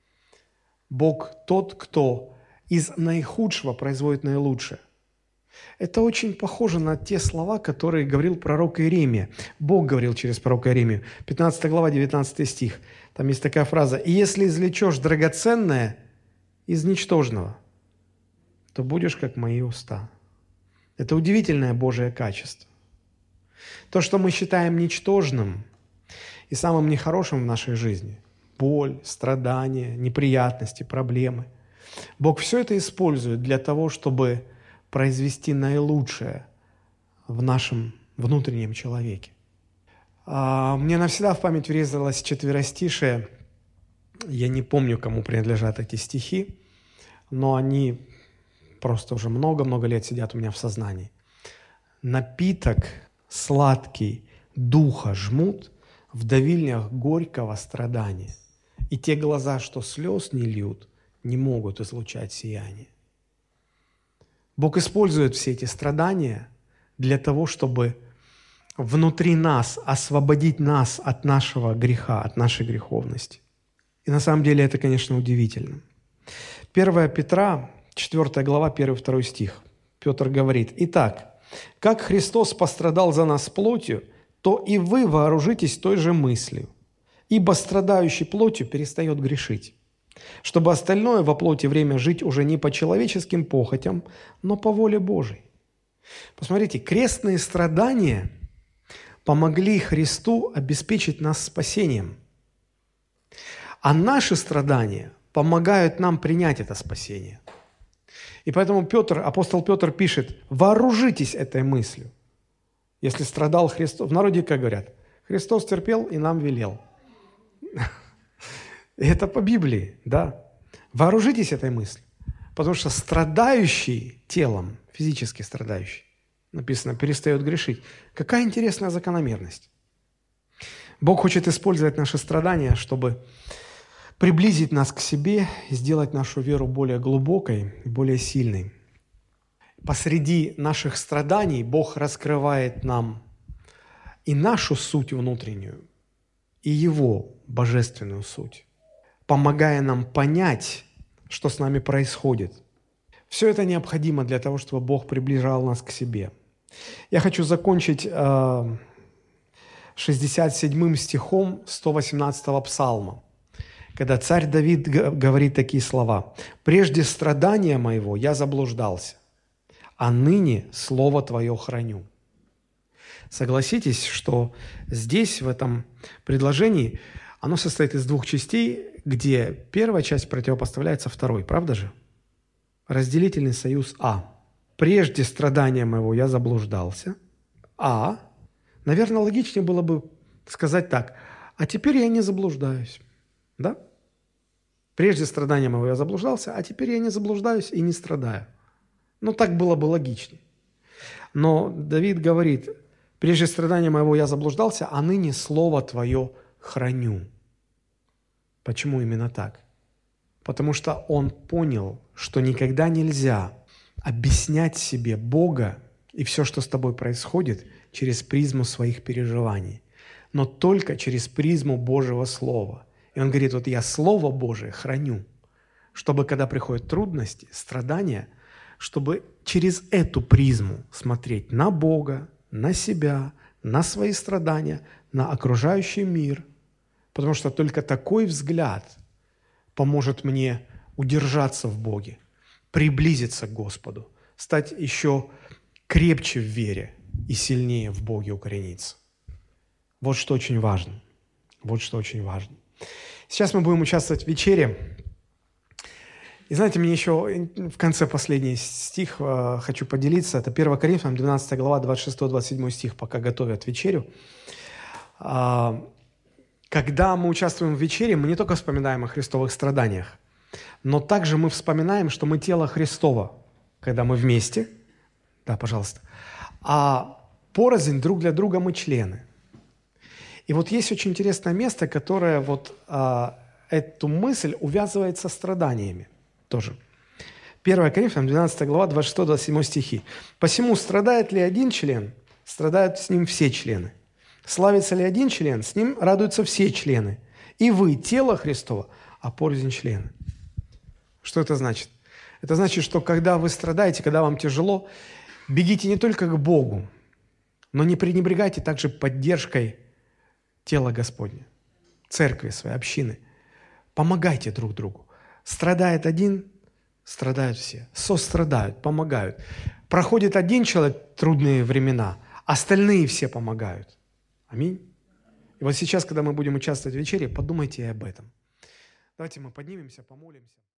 Бог тот, кто из наихудшего производит наилучшее. Это очень похоже на те слова, которые говорил пророк Иеремия. Бог говорил через пророка Иеремию. пятнадцатая глава, девятнадцатый стих. Там есть такая фраза: «И если извлечешь драгоценное из ничтожного, то будешь, как мои уста». Это удивительное Божие качество. То, что мы считаем ничтожным и самым нехорошим в нашей жизни – боль, страдания, неприятности, проблемы – Бог все это использует для того, чтобы произвести наилучшее в нашем внутреннем человеке. Мне навсегда в память врезалось четверостишее. Я не помню, кому принадлежат эти стихи, но они просто уже много-много лет сидят у меня в сознании. «Напиток сладкий духа жмут, в давильнях горького страдания, и те глаза, что слез не льют, не могут излучать сияние». Бог использует все эти страдания для того, чтобы внутри нас освободить нас от нашего греха, от нашей греховности. И на самом деле это, конечно, удивительно. первое Петра, четвёртая глава, первый-второй стих. Петр говорит: «Итак, как Христос пострадал за нас плотью, то и вы вооружитесь той же мыслью, ибо страдающий плотью перестает грешить, чтобы остальное во плоти время жить уже не по человеческим похотям, но по воле Божией». Посмотрите, крестные страдания помогли Христу обеспечить нас спасением, а наши страдания помогают нам принять это спасение. И поэтому Петр, апостол Петр пишет: «Вооружитесь этой мыслью». Если страдал Христос, в народе как говорят: Христос терпел и нам велел. Это по Библии, да. Вооружитесь этой мыслью, потому что страдающий телом, физически страдающий, написано, перестает грешить. Какая интересная закономерность. Бог хочет использовать наши страдания, чтобы приблизить нас к себе и сделать нашу веру более глубокой и более сильной. Посреди наших страданий Бог раскрывает нам и нашу суть внутреннюю, и Его божественную суть, помогая нам понять, что с нами происходит. Все это необходимо для того, чтобы Бог приближал нас к себе. Я хочу закончить э, шестьдесят седьмым стихом сто восемнадцатого псалма, когда царь Давид говорит такие слова: «Прежде страдания моего я заблуждался, а ныне слово Твое храню». Согласитесь, что здесь, в этом предложении, оно состоит из двух частей, где первая часть противопоставляется второй, правда же? Разделительный союз А. «Прежде страдания моего я заблуждался, а...» Наверное, логичнее было бы сказать так: «А теперь я не заблуждаюсь». Да? Прежде страдания моего я заблуждался, а теперь я не заблуждаюсь и не страдаю. Ну, так было бы логичнее. Но Давид говорит: «Прежде страдания моего я заблуждался, а ныне слово Твое храню». Почему именно так? Потому что он понял, что никогда нельзя объяснять себе Бога и все, что с тобой происходит, через призму своих переживаний, но только через призму Божьего Слова. И он говорит: вот я Слово Божие храню, чтобы, когда приходят трудности, страдания, чтобы через эту призму смотреть на Бога, на себя, на свои страдания, на окружающий мир. Потому что только такой взгляд поможет мне удержаться в Боге, приблизиться к Господу, стать еще крепче в вере и сильнее в Боге укорениться. Вот что очень важно. Вот что очень важно. Сейчас мы будем участвовать в вечере. И знаете, мне еще в конце последний стих э, хочу поделиться. Это первое Коринфянам, двенадцатая глава, двадцать шестой двадцать седьмой стих, пока готовят вечерю. Э, когда мы участвуем в вечере, мы не только вспоминаем о христовых страданиях, но также мы вспоминаем, что мы тело Христово, когда мы вместе. Да, пожалуйста. А порознь друг для друга мы члены. И вот есть очень интересное место, которое вот а, эту мысль увязывает со страданиями тоже. первое Коринфянам, двенадцатая глава, двадцать шестой двадцать седьмой стихи. «Посему страдает ли один член, страдают с ним все члены. Славится ли один член, с ним радуются все члены. И вы, тело Христово, а порознь члены». Что это значит? Это значит, что когда вы страдаете, когда вам тяжело, бегите не только к Богу, но не пренебрегайте также поддержкой тела Господня, церкви своей, общины. Помогайте друг другу. Страдает один, страдают все. Сострадают, помогают. Проходит один человек трудные времена, остальные все помогают. Аминь. И вот сейчас, когда мы будем участвовать в вечере, подумайте и об этом. Давайте мы поднимемся, помолимся.